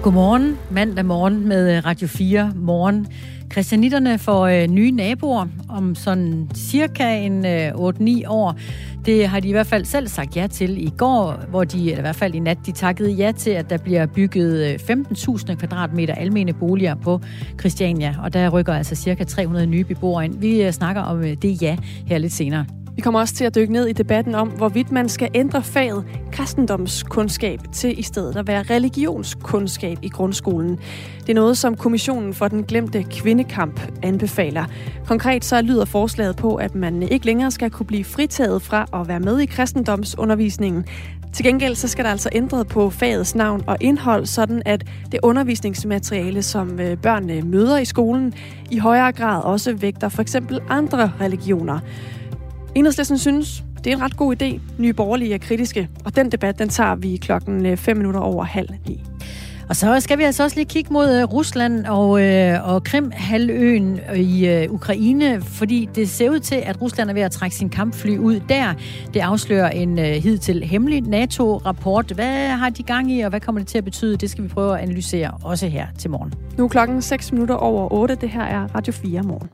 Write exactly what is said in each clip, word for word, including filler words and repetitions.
Godmorgen, mandag morgen med Radio fire Morgen. Christianitterne får øh, nye naboer om sådan cirka en øh, otte ni år. Det har de i hvert fald selv sagt ja til i går, hvor de, eller i hvert fald i nat, de takkede ja til, at der bliver bygget femten tusind kvadratmeter almene boliger på Christiania. Og der rykker altså cirka tre hundrede nye beboere ind. Vi øh, snakker om øh, det ja her lidt senere. Vi kommer også til at dykke ned i debatten om, hvorvidt man skal ændre faget kristendomskundskab til i stedet at være religionskundskab i grundskolen. Det er noget, som Kommissionen for den glemte kvindekamp anbefaler. Konkret så lyder forslaget på, at man ikke længere skal kunne blive fritaget fra at være med i kristendomsundervisningen. Til gengæld så skal der altså ændret på fagets navn og indhold, sådan at det undervisningsmateriale, som børnene møder i skolen, i højere grad også vægter for eksempel andre religioner. Enhedslisten synes, det er en ret god idé. Nye Borgerlige er kritiske, og den debat, den tager vi klokken fem minutter over halv ni. Og så skal vi altså også lige kigge mod uh, Rusland og, øh, og Krim-halvøen i øh, Ukraine, fordi det ser ud til, at Rusland er ved at trække sin kampfly ud der. Det afslører en øh, hidtil hemmelig NATO-rapport. Hvad har de gang i, og hvad kommer det til at betyde? Det skal vi prøve at analysere også her til morgen. Nu er klokken seks minutter over otte. Det her er Radio fire Morgen.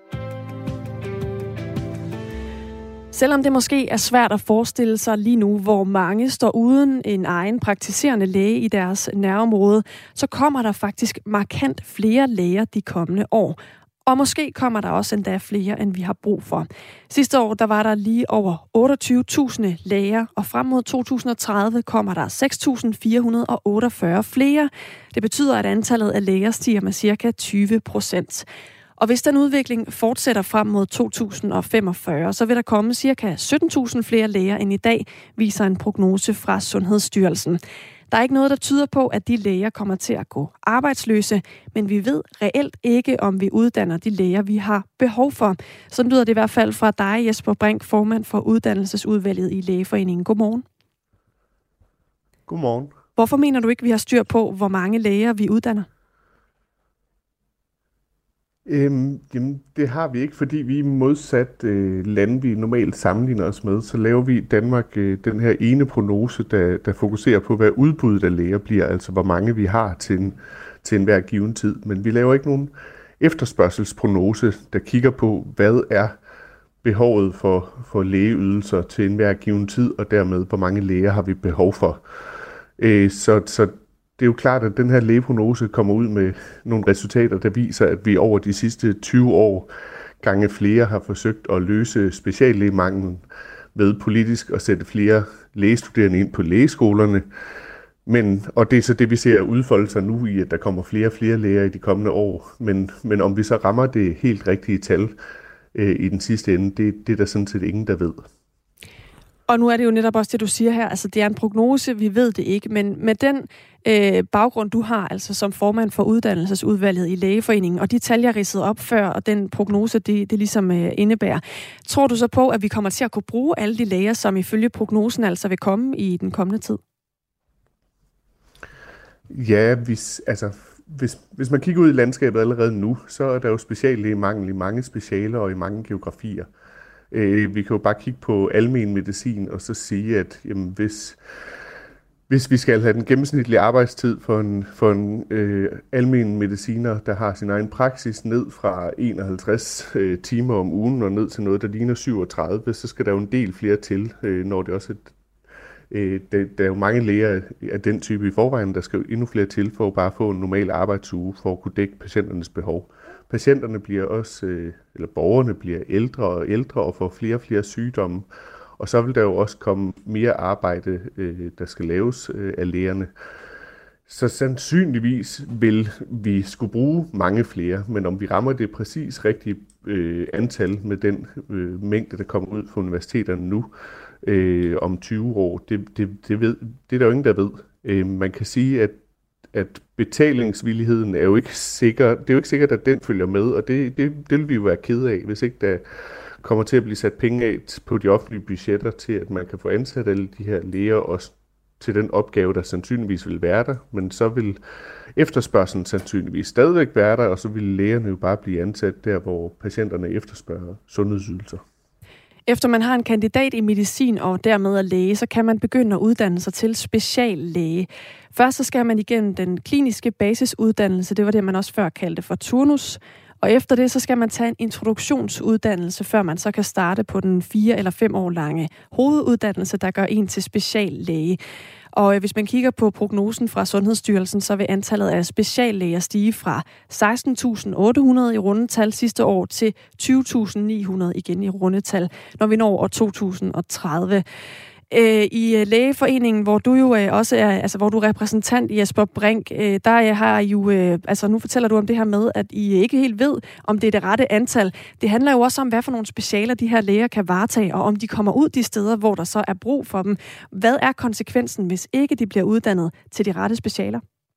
Selvom det måske er svært at forestille sig lige nu, hvor mange står uden en egen praktiserende læge i deres nærområde, så kommer der faktisk markant flere læger de kommende år. Og måske kommer der også endda flere, end vi har brug for. Sidste år der var der lige over otteogtyve tusind læger, og frem mod to tusind og tredive kommer der seks tusind fire hundrede og otteogfyrre flere. Det betyder, at antallet af læger stiger med cirka tyve procent. Og hvis den udvikling fortsætter frem mod to tusind og femogfyrre, så vil der komme ca. sytten tusind flere læger end i dag, viser en prognose fra Sundhedsstyrelsen. Der er ikke noget, der tyder på, at de læger kommer til at gå arbejdsløse, men vi ved reelt ikke, om vi uddanner de læger, vi har behov for. Sådan lyder det i hvert fald fra dig, Jesper Brink, formand for uddannelsesudvalget i Lægeforeningen. Godmorgen. Godmorgen. Hvorfor mener du ikke, vi har styr på, hvor mange læger vi uddanner? Øhm, jamen, det har vi ikke, fordi vi modsat øh, lande, vi normalt sammenligner os med, så laver vi i Danmark øh, den her ene prognose, der, der fokuserer på, hvad udbuddet af læger bliver, altså hvor mange vi har til, en, til enhver given tid. Men vi laver ikke nogen efterspørgselsprognose, der kigger på, hvad er behovet for, for lægeydelser til enhver given tid, og dermed, hvor mange læger har vi behov for. Øh, så, så det er jo klart, at den her lægeprognose kommer ud med nogle resultater, der viser, at vi over de sidste tyve år gange flere har forsøgt at løse speciallægemanglen ved politisk at sætte flere lægestuderende ind på lægeskolerne. Men, og det er så det, vi ser udfolde sig nu i, at der kommer flere og flere læger i de kommende år. Men, men om vi så rammer det helt rigtige tal øh, i den sidste ende, det, det er der sådan set ingen, der ved. Og nu er det jo netop også det, du siger her. Altså, det er en prognose, vi ved det ikke. Men med den øh, baggrund, du har, altså som formand for uddannelsesudvalget i Lægeforeningen, og de tal, jeg ridsede op før, og den prognose, det, det ligesom øh, indebærer, tror du så på, at vi kommer til at kunne bruge alle de læger, som ifølge prognosen altså vil komme i den kommende tid? Ja, hvis, altså, hvis, hvis man kigger ud i landskabet allerede nu, så er der jo speciallægemangel i mange specialer og i mange geografier. Vi kan jo bare kigge på almen medicin og så sige, at jamen, hvis, hvis vi skal have den gennemsnitlige arbejdstid for en, for en øh, almen mediciner, der har sin egen praksis, ned fra enoghalvtreds øh, timer om ugen og ned til noget, der ligner syvogtredive, så skal der jo en del flere til, øh, når det også er, øh, der, der er jo mange læger af den type i forvejen, der skal jo endnu flere til for at bare få en normal arbejdsuge for at kunne dække patienternes behov. Patienterne bliver også, eller borgerne bliver ældre og ældre og får flere og flere sygdomme. Og så vil der jo også komme mere arbejde, der skal laves af lægerne. Så sandsynligvis vil vi skulle bruge mange flere, men om vi rammer det præcis rigtige antal med den mængde, der kommer ud fra universiteterne nu om tyve år, det, det, det, ved, det er der jo ingen, der ved. Man kan sige, at at betalingsvilligheden er jo ikke sikker. Det er jo ikke sikkert, at den følger med, og det, det, det vil vi jo være kede af, hvis ikke der kommer til at blive sat penge af på de offentlige budgetter til, at man kan få ansat alle de her læger også til den opgave, der sandsynligvis vil være der, men så vil efterspørgselen sandsynligvis stadigvæk være der, og så vil lægerne jo bare blive ansat der, hvor patienterne efterspørger sundhedsydelser. Efter man har en kandidat i medicin og dermed er læge, så kan man begynde at uddanne sig til speciallæge. Først så skal man igennem den kliniske basisuddannelse, det var det, man også før kaldte for turnus. Og efter det, så skal man tage en introduktionsuddannelse, før man så kan starte på den fire eller fem år lange hoveduddannelse, der gør en til speciallæge. Og hvis man kigger på prognosen fra Sundhedsstyrelsen, så vil antallet af speciallæger stige fra seksten tusind otte hundrede i rundetal sidste år til tyve tusind ni hundrede igen i rundetal, når vi når år to tusind og tredive. I Lægeforeningen, hvor du jo også er, altså hvor du er repræsentant i Jesper Brink, der har jo, altså nu fortæller du om det her med, at I ikke helt ved, om det er det rette antal. Det handler jo også om, hvad for nogle specialer de her læger kan varetage, og om de kommer ud de steder, hvor der så er brug for dem. Hvad er konsekvensen, hvis ikke de bliver uddannet til de rette specialer?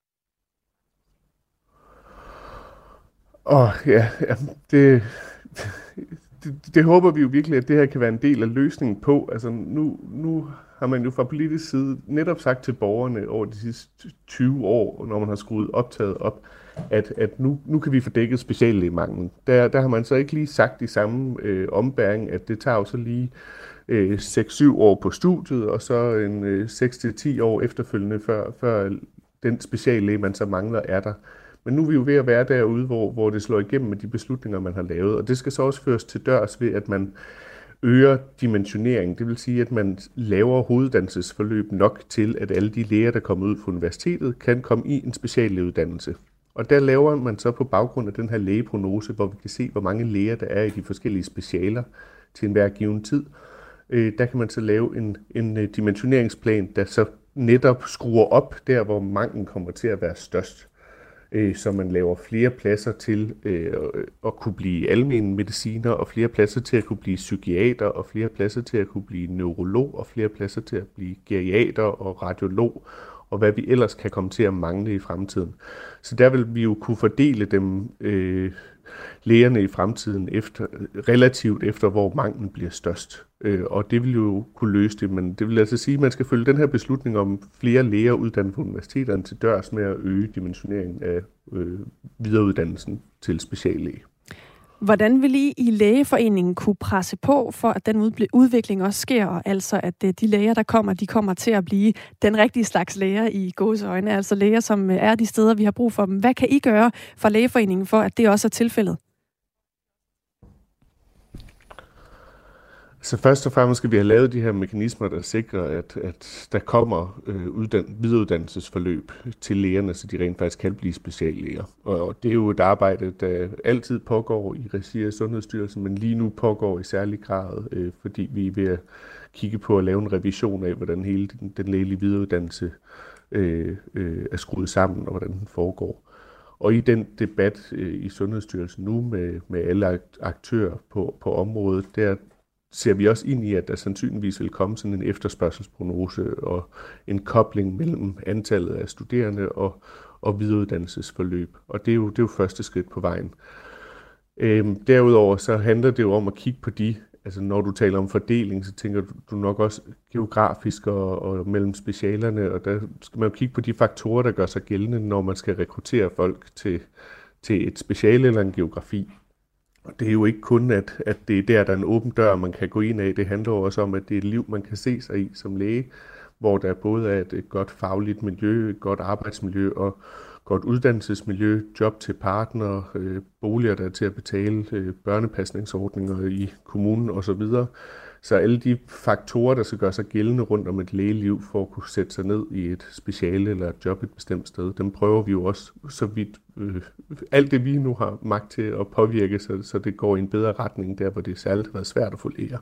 Åh, oh, ja, ja, det... Det, det håber vi jo virkelig, at det her kan være en del af løsningen på. Altså nu, nu har man jo fra politisk side netop sagt til borgerne over de sidste tyve år, når man har skruet optaget op, at, at nu, nu kan vi få dækket speciallægemanglen. Der, der har man så ikke lige sagt i samme øh, ombæring, at det tager jo så lige øh, seks syv år på studiet, og så en øh, seks til ti år efterfølgende, før, før den speciallæge, man så mangler, er der. Men nu er vi jo ved at være derude, hvor, hvor det slår igennem med de beslutninger, man har lavet. Og det skal så også føres til dørs ved, at man øger dimensioneringen. Det vil sige, at man laver hoveduddannelsesforløb nok til, at alle de læger, der kommer ud fra universitetet, kan komme i en speciallægeuddannelse. Og der laver man så på baggrund af den her lægeprognose, hvor vi kan se, hvor mange læger der er i de forskellige specialer til enhver given tid. Der kan man så lave en, en dimensioneringsplan, der så netop skruer op der, hvor manglen kommer til at være størst. Så man laver flere pladser til øh, at kunne blive almen mediciner, og flere pladser til at kunne blive psykiater, og flere pladser til at kunne blive neurolog, og flere pladser til at blive geriater og radiolog, og hvad vi ellers kan komme til at mangle i fremtiden. Så der vil vi jo kunne fordele dem, øh, lægerne i fremtiden, efter, relativt efter, hvor manglen bliver størst. Øh, og det vil jo kunne løse det, men det vil altså sige, at man skal følge den her beslutning om flere læger uddannet på universiteterne til dørs med at øge dimensioneringen af øh, videreuddannelsen til speciallæge. Hvordan vil I i Lægeforeningen kunne presse på for, at den udvikling også sker, og altså at de læger, der kommer, de kommer til at blive den rigtige slags læger i gåseøjne, altså læger, som er de steder, vi har brug for dem. Hvad kan I gøre fra Lægeforeningen for, at det også er tilfældet? Så først og fremmest skal vi have lavet de her mekanismer, der sikrer, at, at der kommer øh, uddan- videreuddannelsesforløb til lægerne, så de rent faktisk kan blive speciallæger. Og, og det er jo et arbejde, der altid pågår i regi af Sundhedsstyrelsen, men lige nu pågår i særlig grad, øh, fordi vi er ved at kigge på at lave en revision af, hvordan hele den, den lægelige videreuddannelse øh, øh, er skruet sammen, og hvordan den foregår. Og i den debat øh, i Sundhedsstyrelsen nu med, med alle aktører på, på området, der ser vi også ind i, at der sandsynligvis vil komme sådan en efterspørgselsprognose og en kobling mellem antallet af studerende og, og videreuddannelsesforløb. Og det er jo, det er jo første skridt på vejen. Øhm, derudover så handler det jo om at kigge på de, altså når du taler om fordeling, så tænker du, du nok også geografisk og, og mellem specialerne, og der skal man jo kigge på de faktorer, der gør sig gældende, når man skal rekruttere folk til, til et speciale eller en geografi. Og det er jo ikke kun, at, at det er der, der er en åben dør, man kan gå ind af. Det handler også om, at det er et liv, man kan se sig i som læge, hvor der både er et godt fagligt miljø, et godt arbejdsmiljø og godt uddannelsesmiljø, job til partner, øh, boliger, der er til at betale, øh, børnepasningsordninger i kommunen osv. Så alle de faktorer, der skal gøre sig gældende rundt om et lægeliv for at kunne sætte sig ned i et speciale eller et job et bestemt sted, dem prøver vi jo også så vidt øh, alt det, vi nu har magt til at påvirke, så, så det går i en bedre retning der, hvor det særligt har været svært at få læger.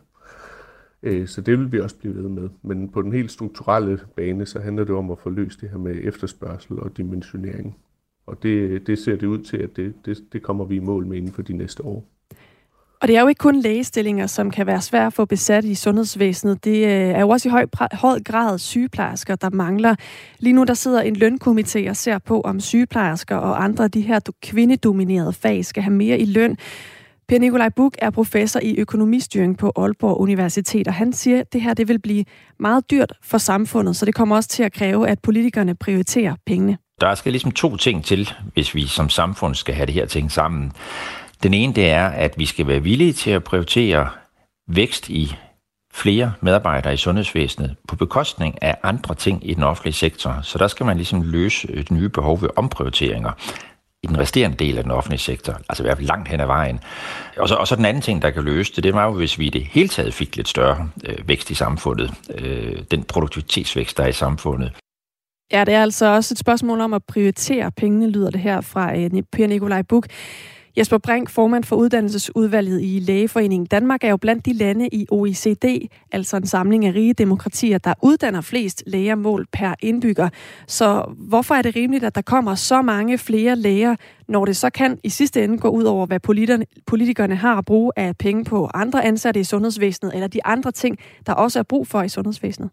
Øh, så det vil vi også blive ved med. Men på den helt strukturelle bane, så handler det om at få løst det her med efterspørgsel og dimensionering. Og det, det ser det ud til, at det, det, det kommer vi i mål med inden for de næste år. Og det er jo ikke kun lægestillinger, som kan være svært at få besat i sundhedsvæsenet. Det er jo også i høj, høj grad sygeplejersker, der mangler. Lige nu der sidder en lønkomité og ser på, om sygeplejersker og andre af de her kvindedominerede fag skal have mere i løn. Per Nikolaj Buch er professor i økonomistyring på Aalborg Universitet, og han siger, at det her det vil blive meget dyrt for samfundet, så det kommer også til at kræve, at politikerne prioriterer pengene. Der skal ligesom to ting til, hvis vi som samfund skal have det her ting sammen. Den ene, det er, at vi skal være villige til at prioritere vækst i flere medarbejdere i sundhedsvæsenet på bekostning af andre ting i den offentlige sektor. Så der skal man ligesom løse et nye behov ved omprioriteringer i den resterende del af den offentlige sektor, altså i hvert fald langt hen ad vejen. Og så, og så den anden ting, der kan løse det, det var jo, hvis vi i det hele taget fik lidt større øh, vækst i samfundet. Øh, den produktivitetsvækst, der er i samfundet. Ja, det er altså også et spørgsmål om at prioritere pengene, lyder det her fra øh, Per Nikolaj Buch. Jesper Brink, formand for uddannelsesudvalget i Lægeforeningen Danmark, er jo blandt de lande i O E C D, altså en samling af rige demokratier, der uddanner flest læger målt per indbygger. Så hvorfor er det rimeligt, at der kommer så mange flere læger, når det så kan i sidste ende gå ud over, hvad politikerne har at bruge af penge på andre ansatte i sundhedsvæsenet, eller de andre ting, der også er brug for i sundhedsvæsenet?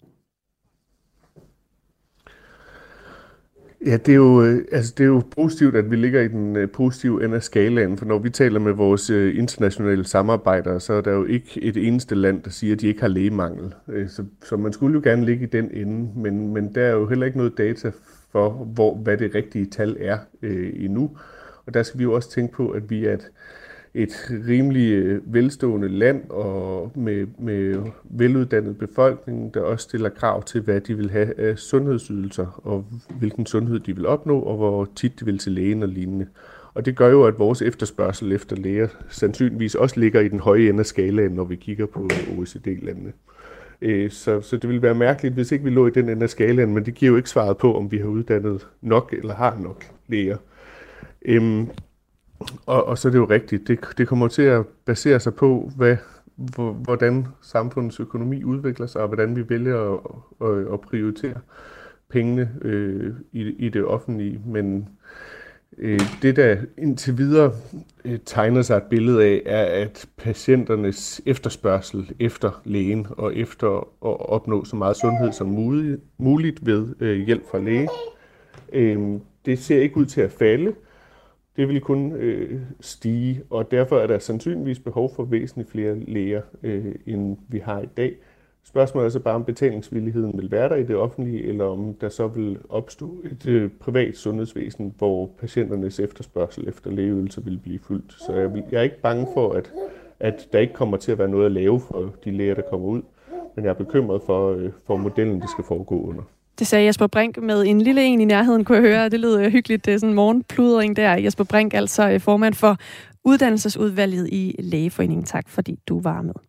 Ja, det er, jo, altså det er jo positivt, at vi ligger i den positive ende af skalaen, for når vi taler med vores internationale samarbejdere, så er der jo ikke et eneste land, der siger, at de ikke har lægemangel. Så, så man skulle jo gerne ligge i den ende, men, men der er jo heller ikke noget data for, hvor, hvad det rigtige tal er øh, endnu. Og der skal vi jo også tænke på, at vi er et, et rimelig velstående land og med, med veluddannet befolkning, der også stiller krav til, hvad de vil have af sundhedsydelser, og hvilken sundhed de vil opnå, og hvor tit de vil til lægen og lignende. Og det gør jo, at vores efterspørgsel efter læger sandsynligvis også ligger i den høje ende af skalaen, når vi kigger på O E C D-landene. Så, så det vil være mærkeligt, hvis ikke vi lå i den ende af skalaen, men det giver jo ikke svaret på, om vi har uddannet nok eller har nok læger. Øhm, Og, og så er det jo rigtigt, det, det kommer til at basere sig på, hvad, hvordan samfundets økonomi udvikler sig, og hvordan vi vælger at, at, at prioritere pengene øh, i, i det offentlige. Men øh, det, der indtil videre øh, tegner sig et billede af, er, at patienternes efterspørgsel efter lægen og efter at opnå så meget sundhed som muligt, muligt ved øh, hjælp fra læge, øh, det ser ikke ud til at falde. Det vil kun øh, stige, og derfor er der sandsynligvis behov for væsentligt flere læger, øh, end vi har i dag. Spørgsmålet er så bare, om betalingsvilligheden vil være der i det offentlige, eller om der så vil opstå et øh, privat sundhedsvæsen, hvor patienternes efterspørgsel efter lægeydelser vil blive fyldt. Så jeg, vil, jeg er ikke bange for, at, at der ikke kommer til at være noget at lave for de læger, der kommer ud, men jeg er bekymret for, øh, for modellen, det skal foregå under. Det sagde Jesper Brink med en lille en i nærheden, kunne jeg høre. Det lød hyggeligt, det er sådan en morgenpludring der. Jesper Brink, altså formand for uddannelsesudvalget i Lægeforeningen. Tak, fordi du var med.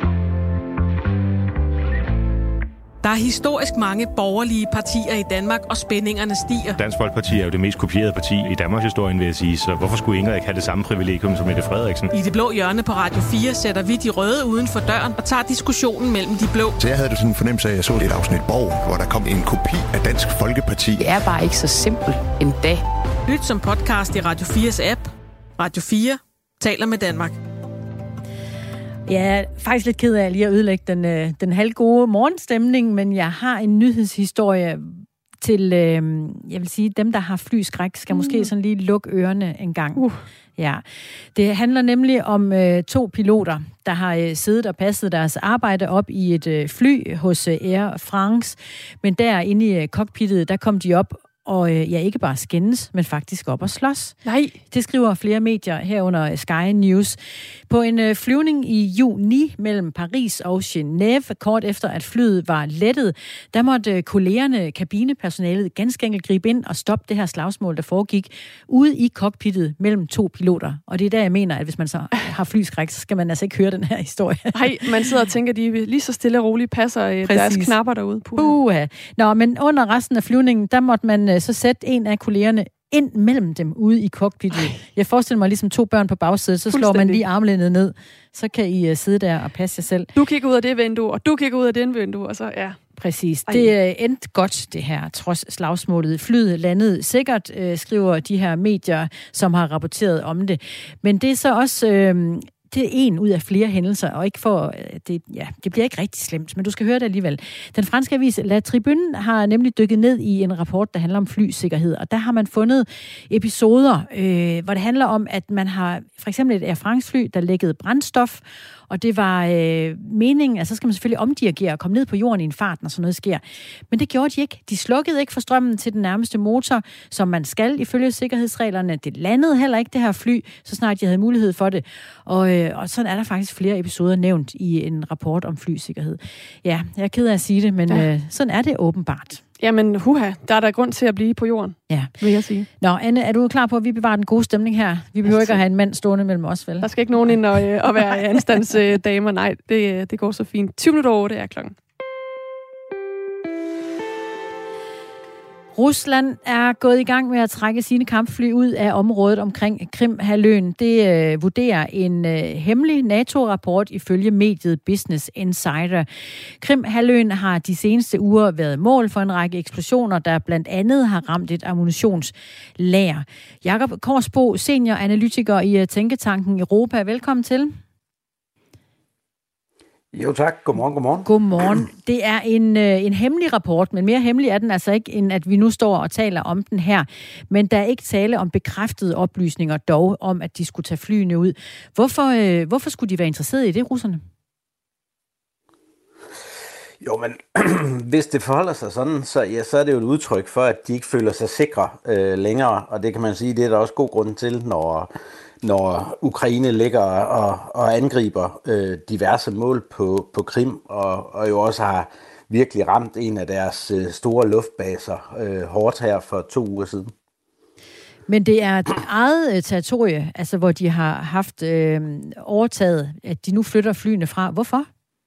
Der er historisk mange borgerlige partier i Danmark, og spændingerne stiger. Dansk Folkeparti er jo det mest kopierede parti i Danmarks historie, vil jeg sige. Så hvorfor skulle Inger ikke have det samme privilegium som Mette Frederiksen? I Det Blå Hjørne på Radio fire sætter vi de røde uden for døren og tager diskussionen mellem de blå. Så jeg havde det sådan en fornemmelse af, at jeg så et afsnit Borg, hvor der kom en kopi af Dansk Folkeparti. Det er bare ikke så simpelt endda. Lyt som podcast i Radio fires app. Radio fire taler med Danmark. Jeg er faktisk lidt ked af lige at ødelægge den, øh, den halvgode morgenstemning, men jeg har en nyhedshistorie til, øh, jeg vil sige, dem, der har flyskræk, skal måske sådan lige lukke ørerne en gang. Uh. Ja. Det handler nemlig om øh, to piloter, der har øh, siddet og passet deres arbejde op i et øh, fly hos øh, Air France, men der inde i øh, cockpittet, der kom de op og øh, ja, ikke bare skændes, men faktisk op og slås. Nej. Det skriver flere medier herunder Sky News. På en øh, flyvning i juni mellem Paris og Genève, kort efter at flyet var lettet, der måtte øh, kollegerne, kabinepersonalet, ganske enkelt gribe ind og stoppe det her slagsmål, der foregik ude i cockpittet mellem to piloter. Og det er der, jeg mener, at hvis man så har flyskræk, så skal man altså ikke høre den her historie. Nej, man sidder og tænker, at de lige så stille og roligt passer øh, deres knapper derude. Puha. Nå, men under resten af flyvningen, der måtte man øh, så sætte en af kollegerne ind mellem dem ude i cockpittet. Jeg forestiller mig ligesom to børn på bagsædet, så slår man lige armlænet ned. Så kan I uh, sidde der og passe jer selv. Du kigger ud af det vindue, og du kigger ud af den vindue, og så ja. Præcis. Ej. Det uh, endte godt, det her, trods slagsmålet. Flyet landede sikkert, uh, skriver de her medier, som har rapporteret om det. Men det er så også... Uh, Det er en ud af flere hændelser, og ikke for, det, ja, det bliver ikke rigtig slemt, men du skal høre det alligevel. Den franske avis La Tribune har nemlig dykket ned i en rapport, der handler om flysikkerhed, og der har man fundet episoder, øh, hvor det handler om, at man har for eksempel et Air France-fly, der lækkede brændstof, og det var øh, meningen, at så skal man selvfølgelig omdirigere og komme ned på jorden i en fart, når sådan noget sker. Men det gjorde de ikke. De slukkede ikke for strømmen til den nærmeste motor, som man skal ifølge sikkerhedsreglerne. Det landede heller ikke, det her fly, så snart de havde mulighed for det. Og, øh, og sådan er der faktisk flere episoder nævnt i en rapport om flysikkerhed. Ja, jeg er ked af at sige det, men ja. øh, sådan er det åbenbart. Jamen, huha, der er der grund til at blive på jorden, ja. vil jeg sige. Nå, Anne, er du klar på, at vi bevarer den gode stemning her? Vi behøver ikke at have en mand stående mellem os, vel? Der skal ikke nogen ind og, og være anstandsdamer. Nej, det, det går så fint. tyve minutter over, det er klokken. Rusland er gået i gang med at trække sine kampfly ud af området omkring Krim-halvøen. Det øh, vurderer en øh, hemmelig NATO-rapport ifølge mediet Business Insider. Krim-halvøen har de seneste uger været mål for en række eksplosioner, der blandt andet har ramt et ammunitionslager. Jakob Korsbo, senioranalytiker i uh, Tænketanken Europa. Velkommen til. Jo tak. Godmorgen, godmorgen. Godmorgen. Det er en, øh, en hemmelig rapport, men mere hemmelig er den altså ikke, end at vi nu står og taler om den her. Men der er ikke tale om bekræftede oplysninger dog, om at de skulle tage flyene ud. Hvorfor, øh, hvorfor skulle de være interesserede i det, russerne? Jo, men hvis det forholder sig sådan, så, ja, så er det jo et udtryk for, at de ikke føler sig sikre øh, længere. Og det kan man sige, det er der også god grund til, når... når Ukraine ligger og, og angriber øh, diverse mål på, på Krim, og, og jo også har virkelig ramt en af deres øh, store luftbaser øh, hårdt her for to uger siden. Men det er et eget øh, territorie, altså hvor de har haft øh, overtaget, at de nu flytter flyene fra. Hvorfor?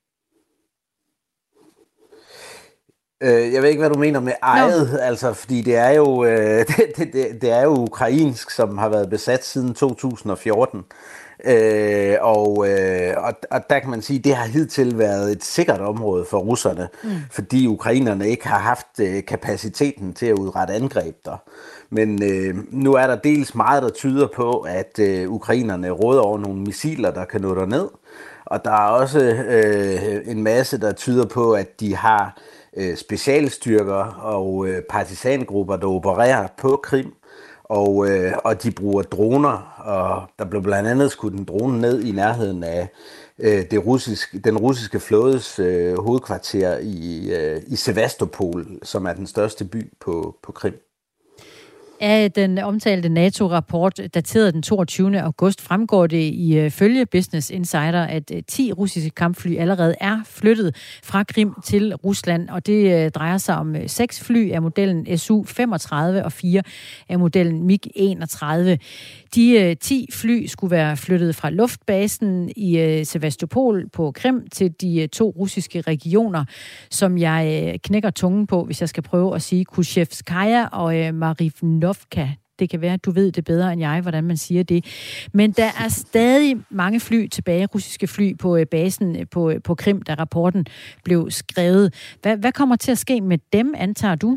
Jeg ved ikke, hvad du mener med eget, no. altså, fordi det er jo øh, det, det, det er jo ukrainsk, som har været besat siden to tusind og fjorten. Øh, og, øh, og, og der kan man sige, at det har hidtil været et sikkert område for russerne, mm. fordi ukrainerne ikke har haft øh, kapaciteten til at udrette angreb der. Men øh, nu er der dels meget, der tyder på, at øh, ukrainerne råder over nogle missiler, der kan nå derned. Og der er også øh, en masse, der tyder på, at de har øh, specialstyrker og øh, partisangrupper, der opererer på Krim. Og, øh, og de bruger droner, og der blev blandt andet skudt en drone ned i nærheden af øh, det russiske, den russiske flådes øh, hovedkvarter i, øh, i Sevastopol, som er den største by på, på Krim. Af den omtalte NATO-rapport, dateret den toogtyvende august, fremgår det i følge Business Insider, at ti russiske kampfly allerede er flyttet fra Krim til Rusland, og det drejer sig om seks fly af modellen S U femogtredive og fire af modellen MiG enogtredive. De ti fly skulle være flyttet fra luftbasen i Sevastopol på Krim til de to russiske regioner, som jeg knækker tungen på, hvis jeg skal prøve at sige Kushevskaya og Marivnovka. Det kan være, at du ved det bedre end jeg, hvordan man siger det. Men der er stadig mange fly tilbage, russiske fly på basen på, på Krim, da rapporten blev skrevet. Hvad, hvad kommer til at ske med dem, antager du?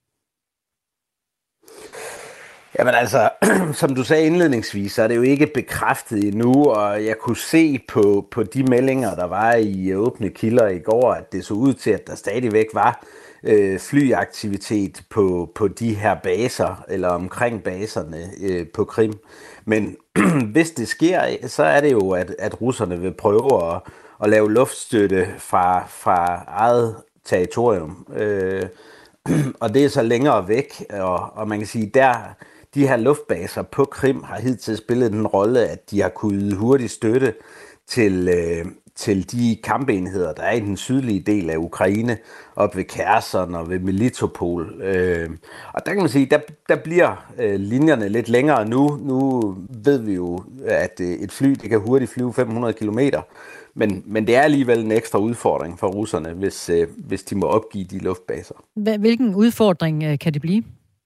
Jamen altså, som du sagde indledningsvis, så er det jo ikke bekræftet endnu, og jeg kunne se på, på de meldinger, der var i åbne kilder i går, at det så ud til, at der stadigvæk var øh, flyaktivitet på, på de her baser, eller omkring baserne øh, på Krim. Men hvis det sker, så er det jo, at, at russerne vil prøve at, at lave luftstøtte fra, fra eget territorium. Øh, og det er så længere væk, og, og man kan sige, der de her luftbaser på Krim har hidtil spillet den rolle, at de har kunnet yde hurtig støtte til, øh, til de kampenheder, der er i den sydlige del af Ukraine, op ved Kherson og ved Melitopol. Øh, og der kan man sige, der, der bliver øh, linjerne lidt længere nu. Nu ved vi jo, at øh, et fly det kan hurtigt flyve fem hundrede kilometer, men, men det er alligevel en ekstra udfordring for russerne, hvis, øh, hvis de må opgive de luftbaser. Hvilken udfordring øh, kan det blive?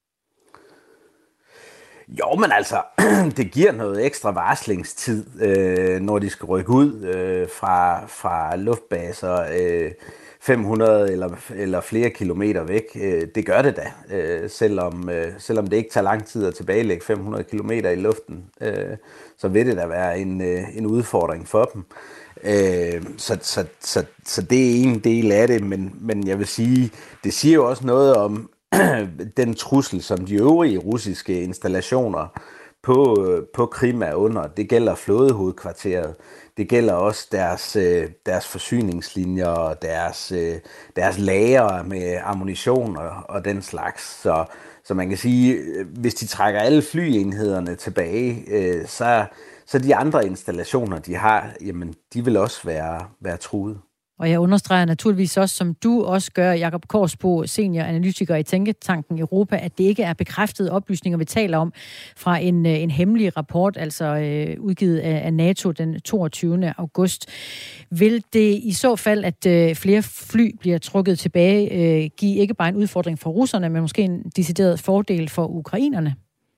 Jo, men altså, det giver noget ekstra varslingstid, øh, når de skal rykke ud øh, fra, fra luftbaser øh, fem hundrede eller, eller flere kilometer væk. Øh, det gør det da, øh, selvom, øh, selvom det ikke tager lang tid at tilbagelægge fem hundrede kilometer i luften, øh, så vil det da være en, øh, en udfordring for dem. Øh, så, så, så, så det er en del af det, men, men jeg vil sige, det siger jo også noget om den trussel, som de øvrige russiske installationer på, på Krim er under. Det gælder flådehovedkvarteret. Det gælder også deres, deres forsyningslinjer og deres, deres lager med ammunition og, og den slags. Så, så man kan sige, hvis de trækker alle flyenhederne tilbage, så, så de andre installationer, de har, jamen, de vil også være, være truet. Og jeg understreger naturligvis også, som du også gør, Jakob Korsbo, senioranalytiker i Tænketanken Europa, at det ikke er bekræftede oplysninger, vi taler om fra en, en hemmelig rapport, altså øh, udgivet af, af NATO den toogtyvende august. Vil det i så fald, at øh, flere fly bliver trukket tilbage, øh, give ikke bare en udfordring for russerne, men måske en decideret fordel for ukrainerne?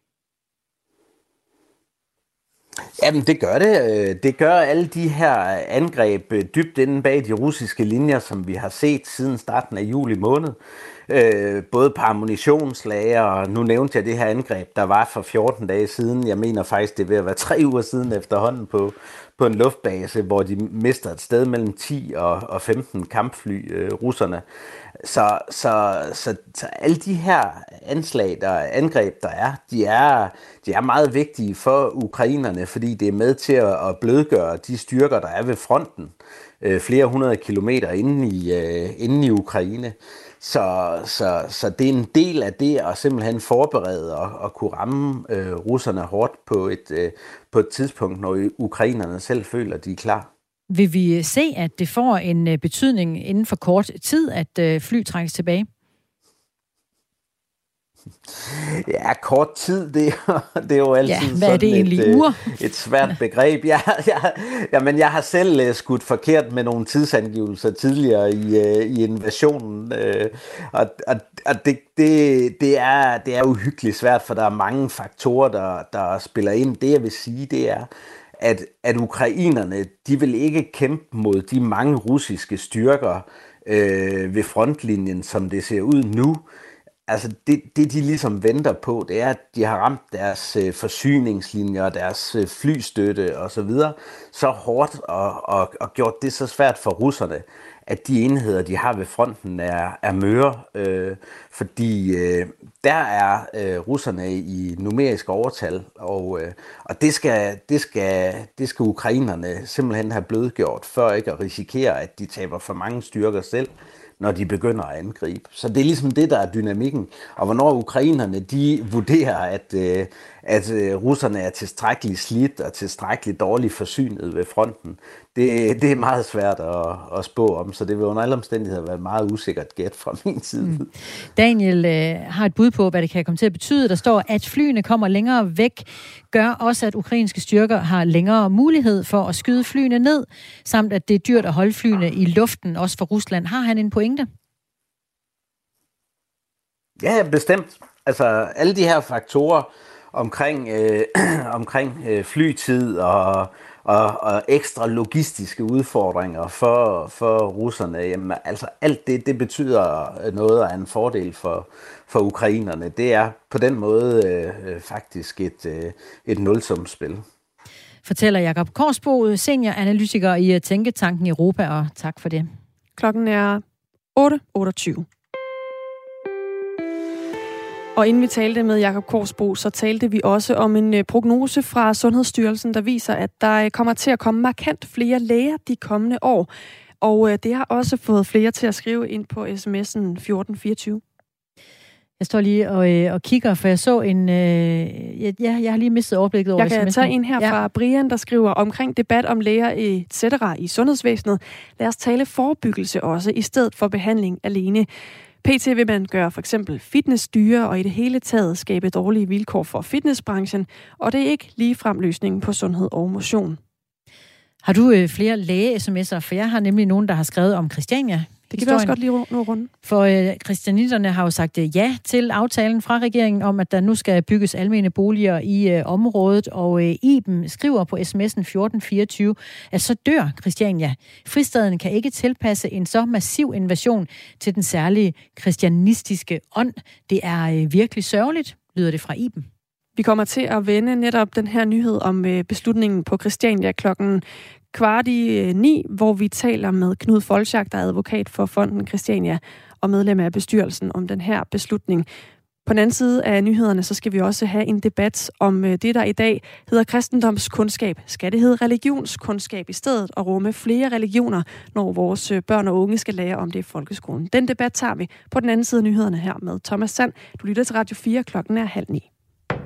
Jamen, det gør det. Det gør alle de her angreb dybt inde bag de russiske linjer, som vi har set siden starten af juli måned. Både på ammunitionslager, og nu nævnte jeg det her angreb, der var for fjorten dage siden. Jeg mener faktisk, det er ved at være tre uger siden efterhånden på, på en luftbase, hvor de mister et sted mellem ti og femten kampfly, øh, russerne. Så, så, så, så alle de her anslag, der angreb, der er, de er, de er meget vigtige for ukrainerne, fordi det er med til at blødgøre de styrker, der er ved fronten, øh, flere hundrede kilometer inde i, øh, inde i Ukraine. Så, så, så det er en del af det at simpelthen forberede og, og kunne ramme øh, russerne hårdt på et, øh, på et tidspunkt, når ukrainerne selv føler, at de er klar. Vil vi se, at det får en betydning inden for kort tid, at fly trækkes tilbage? Ja, kort tid, det er, det er jo altid ja, hvad er det sådan egentlig, et, uger? et svært begreb. Jeg, jeg, jamen, jeg har selv skudt forkert med nogle tidsangivelser tidligere i, i invasionen, og, og, og det, det, det, er, det er uhyggeligt svært, for der er mange faktorer, der, der spiller ind. Det jeg vil sige, det er, at, at ukrainerne, de vil ikke kæmpe mod de mange russiske styrker øh, ved frontlinjen, som det ser ud nu. Altså det, det, de ligesom venter på, det er, at de har ramt deres øh, forsyningslinjer, deres øh, flystøtte osv. Så, videre, så hårdt og, og, og gjort det så svært for russerne, at de enheder, de har ved fronten, er, er møre. Øh, fordi øh, der er øh, russerne i numerisk overtal, og, øh, og det, skal, det, skal, det skal ukrainerne simpelthen have blødgjort, før ikke at risikere, at de taber for mange styrker selv, når de begynder at angribe. Så det er ligesom det, der er dynamikken. Og hvornår ukrainerne, de vurderer, at, øh, at øh, russerne er tilstrækkeligt slidt og tilstrækkeligt dårligt forsynet ved fronten, det, det er meget svært at, at spå om, så det vil under alle omstændigheder være meget usikkert gæt fra min side. Mm. Daniel øh, har et bud på, hvad det kan komme til at betyde. Der står, at flyene kommer længere væk, gør også, at ukrainske styrker har længere mulighed for at skyde flyene ned, samt at det er dyrt at holde flyene i luften, også for Rusland. Har han en pointe? Ja, bestemt. Altså, alle de her faktorer omkring, øh, omkring øh, flytid og Og, og ekstra logistiske udfordringer for, for russerne. Jamen, altså alt det, det betyder noget af en fordel for, for ukrainerne. Det er på den måde øh, faktisk et, øh, et nulsumsspil. Fortæller Jakob Korsbo, senioranalytiker i Tænketanken Europa, og tak for det. Klokken er otte otteogtyve. Og inden vi talte med Jakob Korsbo, så talte vi også om en prognose fra Sundhedsstyrelsen, der viser, at der kommer til at komme markant flere læger de kommende år. Og det har også fået flere til at skrive ind på sms'en fjorten fireogtyve. Jeg står lige og, og kigger, for jeg så en... Øh, ja, jeg har lige mistet overblikket over Jeg kan sms'en. tage en her fra ja. Brian, der skriver omkring debat om læger et cetera i sundhedsvæsenet. Lad os tale forebyggelse også, i stedet for behandling alene. P T vil man gøre for eksempel fitness dyre og i det hele taget skabe dårlige vilkår for fitnessbranchen, og det er ikke ligefrem løsningen på sundhed og motion. Har du øh, flere læge-sms'er? For jeg har nemlig nogen, der har skrevet om Christiania. Det kan vi også godt lige nå rundt. For øh, christianitterne har jo sagt øh, ja til aftalen fra regeringen om, at der nu skal bygges almene boliger i øh, området, og øh, Iben skriver på sms'en fjorten fireogtyve, at så dør Christiania. Fristaden kan ikke tilpasse en så massiv invasion til den særlige christianistiske ånd. Det er øh, virkelig sørgeligt, lyder det fra Iben. Vi kommer til at vende netop den her nyhed om øh, beslutningen på Christiania klokken kvart i ni, hvor vi taler med Knud Folchak, der er advokat for Fonden Christiania og medlem af bestyrelsen om den her beslutning. På den anden side af nyhederne, så skal vi også have en debat om det, der i dag hedder kristendomskundskab. Skal det hedde religionskundskab i stedet og rumme flere religioner, når vores børn og unge skal lære om det i folkeskolen? Den debat tager vi på den anden side af nyhederne her med Thomas Sand. Du lytter til Radio fire, klokken er halv ni.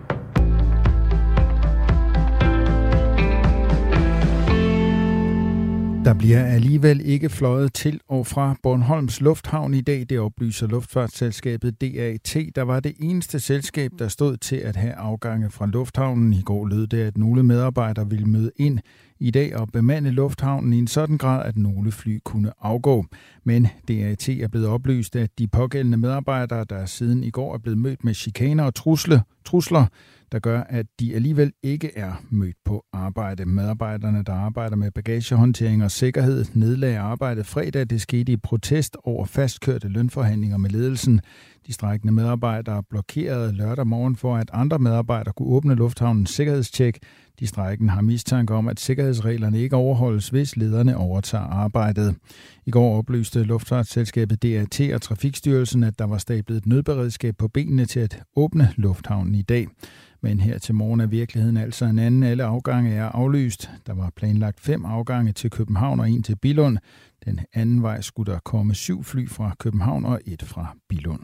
Der bliver alligevel ikke fløjet til og fra Bornholms Lufthavn i dag, det oplyser luftfartsselskabet D A T, der var det eneste selskab, der stod til at have afgange fra lufthavnen. I går lød det, at nogle medarbejdere ville møde ind i dag og bemande lufthavnen i en sådan grad, at nogle fly kunne afgå. Men D A T er blevet oplyst, at de pågældende medarbejdere, der siden i går er blevet mødt med chikaner og trusle, trusler, der gør, at de alligevel ikke er mødt på arbejde. Medarbejderne, der arbejder med bagagehåndtering og sikkerhed, nedlagde arbejdet fredag. Det skete i protest over fastkørte lønforhandlinger med ledelsen. De strejkende medarbejdere blokerede lørdag morgen for, at andre medarbejdere kunne åbne lufthavnens sikkerhedstjek. De strejken har mistanke om, at sikkerhedsreglerne ikke overholdes, hvis lederne overtager arbejdet. I går oplyste luftfartsselskabet D A T og Trafikstyrelsen, at der var stablet et nødberedskab på benene til at åbne lufthavnen i dag. Men her til morgen er virkeligheden altså en anden. Alle afgange er aflyst. Der var planlagt fem afgange til København og en til Billund. Den anden vej skulle der komme syv fly fra København og et fra Billund.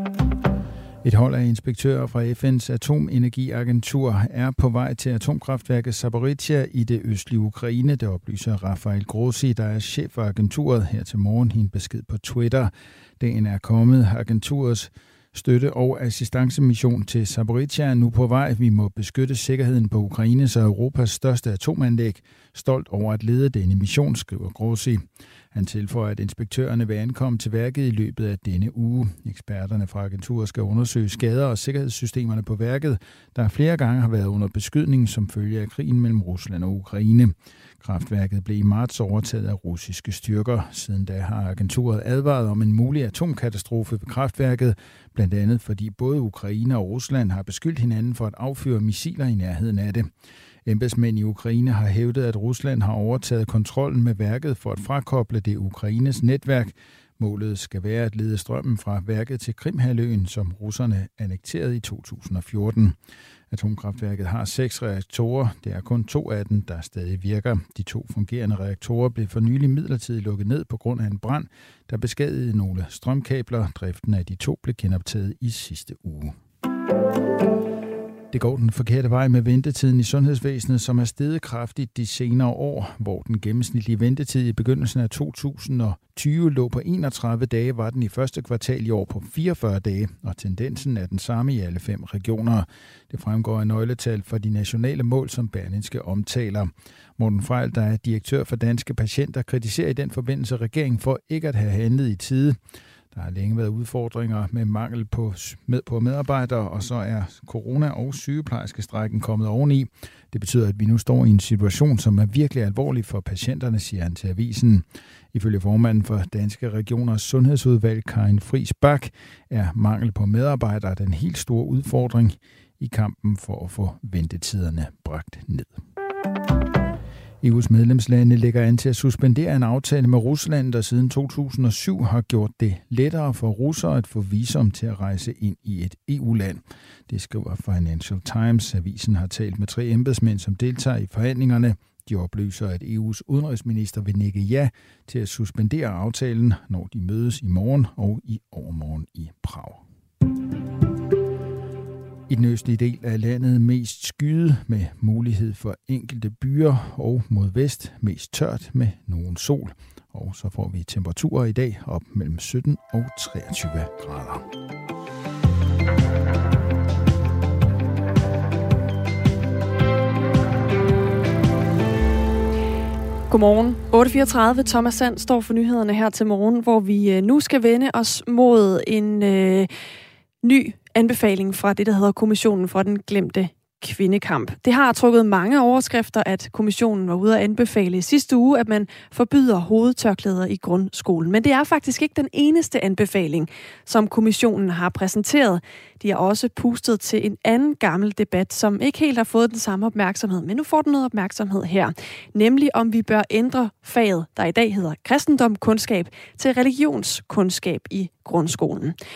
Et hold af inspektører fra F N's atomenergiagentur er på vej til atomkraftværket Zaporizhzhia i det østlige Ukraine. Det oplyser Rafael Grossi, der er chef for agenturet, her til morgen i en besked på Twitter. Dagen er kommet. Agenturets støtte- og assistancemission til Zaporizhzhia er nu på vej. Vi må beskytte sikkerheden på Ukraines og Europas største atomanlæg. Stolt over at lede denne mission, skriver Grossi. Han tilføjer, at inspektørerne vil ankomme til værket i løbet af denne uge. Eksperterne fra agenturet skal undersøge skader og sikkerhedssystemerne på værket, der flere gange har været under beskydning som følge af krigen mellem Rusland og Ukraine. Kraftværket blev i marts overtaget af russiske styrker. Siden da har agenturet advaret om en mulig atomkatastrofe ved kraftværket, blandt andet fordi både Ukraine og Rusland har beskyldt hinanden for at affyre missiler i nærheden af det. Embedsmænd i Ukraine har hævdet, at Rusland har overtaget kontrollen med værket for at frakoble det Ukraines netværk. Målet skal være at lede strømmen fra værket til Krimhalvøen, som russerne annekterede i to tusind og fjorten. Atomkraftværket har seks reaktorer. Det er kun to af dem, der stadig virker. De to fungerende reaktorer blev for nylig midlertidigt lukket ned på grund af en brand, der beskadigede nogle strømkabler. Driften af de to blev genoptaget i sidste uge. Det går den forkerte vej med ventetiden i sundhedsvæsenet, som er steget kraftigt de senere år, hvor den gennemsnitlige ventetid i begyndelsen af to tusind og tyve lå på enogtredive dage, var den i første kvartal i år på fireogfyrre dage, og tendensen er den samme i alle fem regioner. Det fremgår af nøgletal for de nationale mål, som Berlingske omtaler. Morten Frejl, der er direktør for Danske Patienter, kritiserer i den forbindelse regeringen for ikke at have handlet i tide. Der har længe været udfordringer med mangel på, med, på medarbejdere, og så er corona- og sygeplejerskestrækken kommet oveni. Det betyder, at vi nu står i en situation, som er virkelig alvorlig for patienterne, siger han til avisen. Ifølge formanden for Danske Regioners Sundhedsudvalg, Karin Friis Bak, er mangel på medarbejdere den helt store udfordring i kampen for at få ventetiderne bragt ned. E U's medlemslande lægger an til at suspendere en aftale med Rusland, der siden to tusind og syv har gjort det lettere for russere at få visum til at rejse ind i et E U-land. Det skriver Financial Times. Avisen har talt med tre embedsmænd, som deltager i forhandlingerne. De oplyser, at E U's udenrigsminister vil nikke ja til at suspendere aftalen, når de mødes i morgen og i overmorgen i Prag. I den østlige del af landet mest skyet med mulighed for enkelte byer, og mod vest mest tørt med nogen sol. Og så får vi temperaturer i dag op mellem sytten og treogtyve grader. Godmorgen. otte fireogtredive. Thomas Sand står for nyhederne her til morgen, hvor vi nu skal vende os mod en øh, ny anbefaling fra det, der hedder Kommissionen for den glemte kvindekamp. Det har trukket mange overskrifter, at kommissionen var ude at anbefale i sidste uge, at man forbyder hovedtørklæder i grundskolen. Men det er faktisk ikke den eneste anbefaling, som kommissionen har præsenteret. De har også pustet til en anden gammel debat, som ikke helt har fået den samme opmærksomhed, men nu får den noget opmærksomhed her. Nemlig om vi bør ændre faget, der i dag hedder kristendomskundskab, til religionskundskab i grundskolen.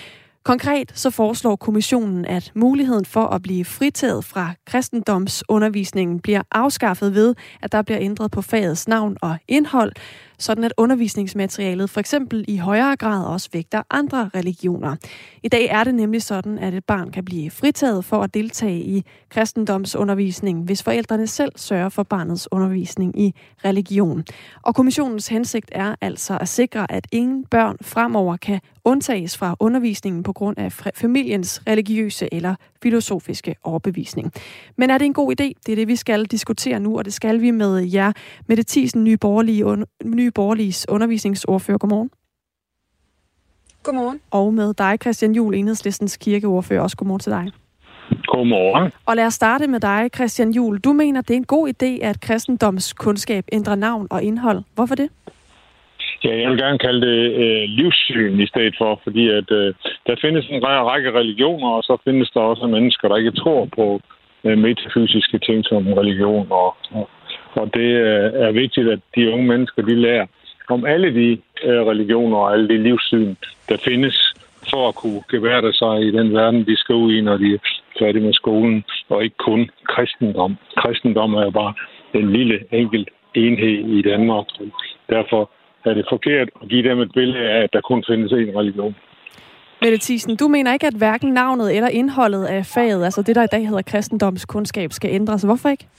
Konkret så foreslår kommissionen, at muligheden for at blive fritaget fra kristendomsundervisningen bliver afskaffet ved, at der bliver ændret på fagets navn og indhold, sådan at undervisningsmaterialet for eksempel i højere grad også vægter andre religioner. I dag er det nemlig sådan, at et barn kan blive fritaget for at deltage i kristendomsundervisning, hvis forældrene selv sørger for barnets undervisning i religion. Og kommissionens hensigt er altså at sikre, at ingen børn fremover kan undtages fra undervisningen på grund af familiens religiøse eller filosofiske overbevisning. Men er det en god idé? Det er det, vi skal diskutere nu, og det skal vi med jer. Mette Thiesen, Nye Borgerlige, Nye Borgerliges undervisningsordfører. Godmorgen. Godmorgen. Og med dig, Christian Juhl, Enhedslistens kirkeordfører. Også godmorgen til dig. Godmorgen. Og lad os starte med dig, Christian Juhl. Du mener, det er en god idé, at kristendomskundskab ændrer navn og indhold. Hvorfor det? Ja, jeg vil gerne kalde det øh, livssyn i stedet for, fordi at øh, der findes en række religioner, og så findes der også mennesker, der ikke tror på øh, metafysiske ting som religion. Og, og, og det øh, er vigtigt, at de unge mennesker, de lærer om alle de øh, religioner og alle de livssyn, der findes, for at kunne gebærde sig i den verden, de skal ud i, når de er færdige med skolen, og ikke kun kristendom. Kristendom er bare en lille enkelt enhed i Danmark. Derfor er det forkert at give dem et billede af, at der kun findes én religion. Mette Thiesen, du mener ikke, at hverken navnet eller indholdet af faget, altså det, der i dag hedder kristendomskundskab, skal ændres. Hvorfor ikke?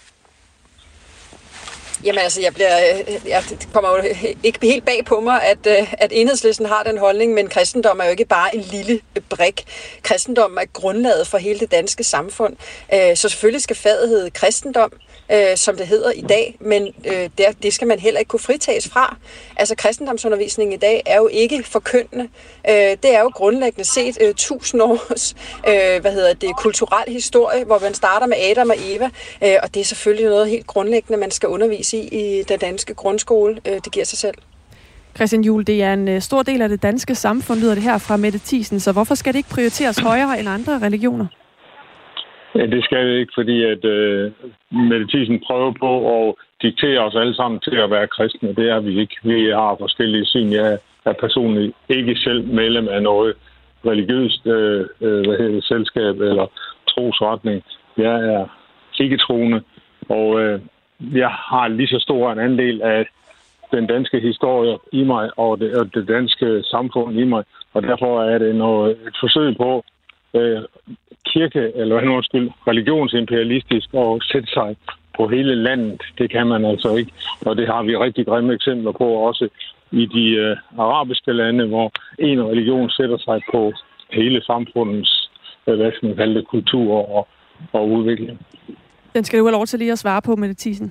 Jamen altså, jeg bliver, jeg, det kommer jo ikke helt bag på mig, at, at Enhedslisten har den holdning, men kristendom er jo ikke bare en lille brik. Kristendom er grundlaget for hele det danske samfund. Så selvfølgelig skal faget hedde kristendom, som det hedder i dag, men det skal man heller ikke kunne fritages fra. Altså kristendomsundervisningen i dag er jo ikke forkyndende. Det er jo grundlæggende set tusind års hvad hedder det, kulturel historie, hvor man starter med Adam og Eva, og det er selvfølgelig noget helt grundlæggende, man skal undervise i i den danske grundskole. Det giver sig selv. Christian Juhl, det er en stor del af det danske samfund, lyder det her fra Mette Thiesen, så hvorfor skal det ikke prioriteres højere end andre religioner? Ja, det skal det ikke, fordi at øh, Mette Thiesen prøver på at diktere os alle sammen til at være kristne. Det er vi ikke. Vi har forskellige syn. Jeg er personligt ikke selv medlem af noget religiøst øh, hvad hedder det, selskab eller trosretning. Jeg er ikke troende, og øh, jeg har lige så stor en andel af den danske historie i mig og det, og det danske samfund i mig, og derfor er det noget, et forsøg på øh, kirke, eller hvad nu undskyld, religionsimperialistisk og sætte sig på hele landet. Det kan man altså ikke, og det har vi rigtig grimme eksempler på også i de øh, arabiske lande, hvor en religion sætter sig på hele samfundets, øh, hvad skal man kalde det, kultur og, og udvikling. Den skal du have lov til lige at svare på, Mette Thiesen.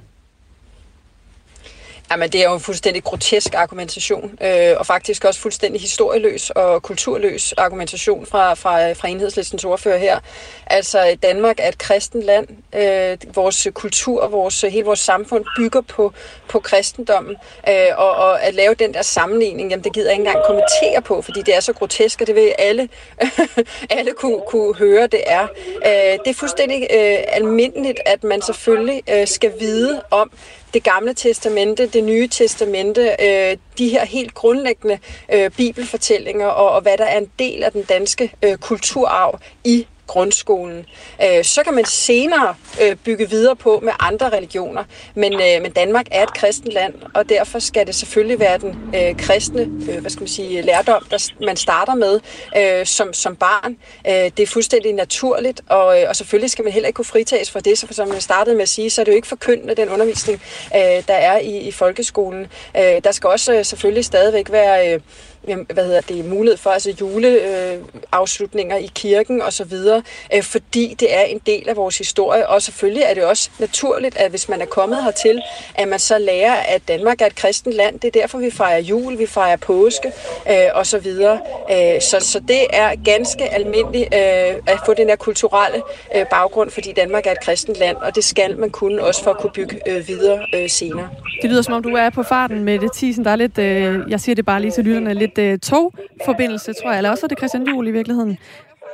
Jamen, det er jo en fuldstændig grotesk argumentation, øh, og faktisk også fuldstændig historieløs og kulturløs argumentation fra, fra, fra Enhedslistens ordfører her. Altså, Danmark er et kristent land. Øh, vores kultur, vores, hele vores samfund bygger på, på kristendommen, øh, og, og at lave den der sammenligning, jamen, det gider jeg ikke engang kommentere på, fordi det er så grotesk, og det vil alle, alle kunne, kunne høre, det er. Øh, det er fuldstændig øh, almindeligt, at man selvfølgelig øh, skal vide om det gamle testamente, det nye testamente, øh, de her helt grundlæggende øh, bibelfortællinger, og, og hvad der er en del af den danske øh, kulturarv i grundskolen. Øh, så kan man senere øh, bygge videre på med andre religioner, men, øh, men Danmark er et kristent land, og derfor skal det selvfølgelig være den øh, kristne øh, hvad skal man sige, lærdom, der man starter med øh, som, som barn. Øh, det er fuldstændig naturligt, og, og selvfølgelig skal man heller ikke kunne fritages for det, så som jeg startede med at sige, så er det jo ikke forkyndende, den undervisning, øh, der er i, i folkeskolen. Øh, der skal også øh, selvfølgelig stadigvæk være øh, hvad hedder det, mulighed for altså juleafslutninger øh, i kirken og så videre, øh, fordi det er en del af vores historie, og selvfølgelig er det også naturligt, at hvis man er kommet hertil, at man så lærer, at Danmark er et kristent land. Det er derfor, vi fejrer jul, vi fejrer påske øh, og så videre. Øh, så, så det er ganske almindeligt øh, at få den her kulturelle øh, baggrund, fordi Danmark er et kristent land, og det skal man kunne også for at kunne bygge øh, videre øh, senere. Det lyder som om, du er på farten med det, Thiesen. Der er lidt, øh, jeg siger det bare lige til lytterne, lidt øh, togforbindelse, tror jeg, eller også er det Christian Juhl i virkeligheden.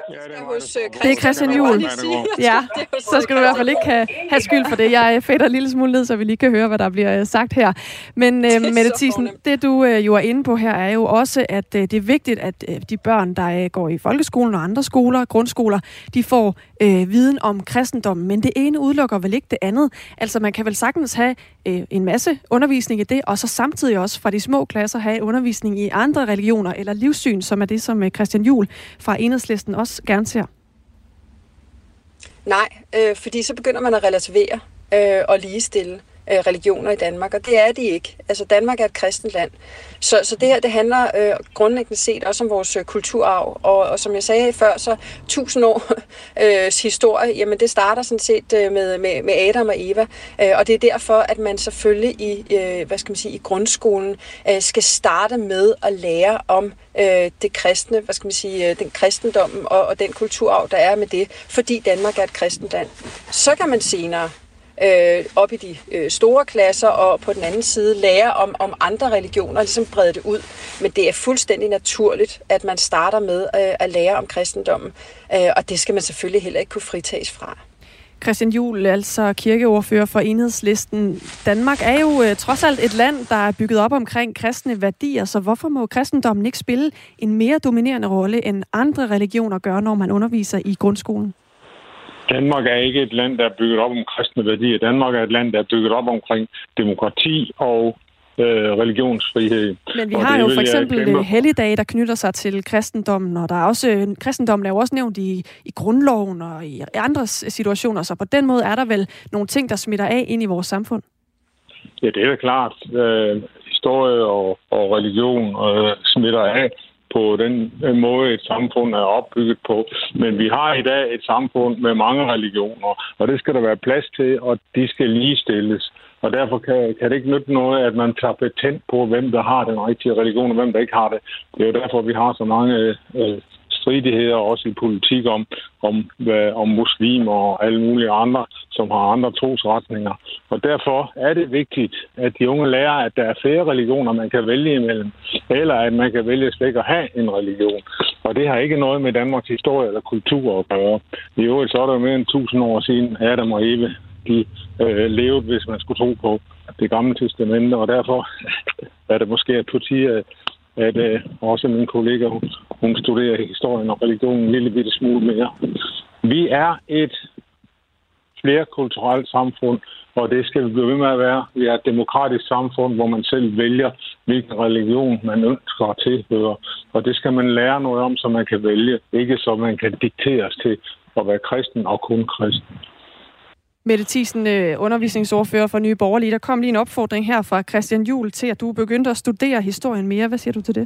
Det er Christian Juhl. Ja, så skal du i hvert fald ikke have, have skyld for det. Jeg fader en lille smule ned, så vi lige kan høre, hvad der bliver sagt her. Men øh, Mette Thiesen, det du øh, jo er inde på her, er jo også, at øh, det er vigtigt, at øh, de børn, der øh, går i folkeskolen og andre skoler, grundskoler, de får øh, viden om kristendommen. Men det ene udelukker vel ikke det andet. Altså man kan vel sagtens have øh, en masse undervisning i det, og så samtidig også fra de små klasser have undervisning i andre religioner eller livssyn, som er det, som øh, Christian Juhl fra Enhedslisten også gerne ser. Nej, øh, fordi så begynder man at relativere øh, og ligestille øh, religioner i Danmark, og det er de ikke. Altså Danmark er et kristent land. Så, så det her, det handler øh, grundlæggende set også om vores øh, kulturarv, og, og som jeg sagde før, så tusind år øh, historie, jamen det starter sådan set øh, med, med, med Adam og Eva, øh, og det er derfor, at man selvfølgelig i, øh, hvad skal man sige, i grundskolen øh, skal starte med at lære om øh, det kristne, hvad skal man sige, øh, den kristendommen og, og den kulturarv, der er med det, fordi Danmark er et kristent land. Så kan man senere Øh, op i de øh, store klasser og på den anden side lære om, om andre religioner, ligesom brede det ud. Men det er fuldstændig naturligt, at man starter med øh, at lære om kristendommen, øh, og det skal man selvfølgelig heller ikke kunne fritages fra. Christian Juhl, altså kirkeordfører for Enhedslisten. Danmark er jo øh, trods alt et land, der er bygget op omkring kristne værdier, så hvorfor må kristendommen ikke spille en mere dominerende rolle, end andre religioner gør, når man underviser i grundskolen? Danmark er ikke et land, der er bygget op om kristne værdier. Danmark er et land, der er bygget op omkring demokrati og øh, religionsfrihed. Men vi og har jo for eksempel helligdage, der knytter sig til kristendommen, og der er også, kristendommen er jo også nævnt i, i grundloven og i andre situationer, så på den måde er der vel nogle ting, der smitter af ind i vores samfund? Ja, det er da klart. Øh, historie og, og religion øh, smitter af på den måde, et samfund er opbygget på. Men vi har i dag et samfund med mange religioner, og det skal der være plads til, og de skal ligestilles. Og derfor kan, kan det ikke nytte noget, at man tager patent på, hvem der har den rigtige religion, og hvem der ikke har det. Det er jo derfor, vi har så mange øh, stridigheder, også i politik, om, om, hvad, om muslimer og alle mulige andre, som har andre trosretninger. Og derfor er det vigtigt, at de unge lærer, at der er flere religioner, man kan vælge imellem, eller at man kan vælge slet ikke at have en religion. Og det har ikke noget med Danmarks historie eller kultur at gøre. I øvrigt så er det jo mere end tusind år siden, Adam og Eva, de øh, levede, hvis man skulle tro på det gamle testamente, og derfor er det måske på tide, at øh, også min kollega, hun, hun studerer historien og religionen en lille bitte smule mere. Vi er et flerkulturelt samfund, og det skal vi blive ved med at være. Vi er et demokratisk samfund, hvor man selv vælger, hvilken religion man ønsker at tilhøre. Og det skal man lære noget om, så man kan vælge. Ikke så man kan dikteres til at være kristen og kun kristen. Mette Thiesen, undervisningsordfører for Nye Borgerlige. Der kom lige en opfordring her fra Christian Juhl til, at du begyndte at studere historien mere. Hvad siger du til det?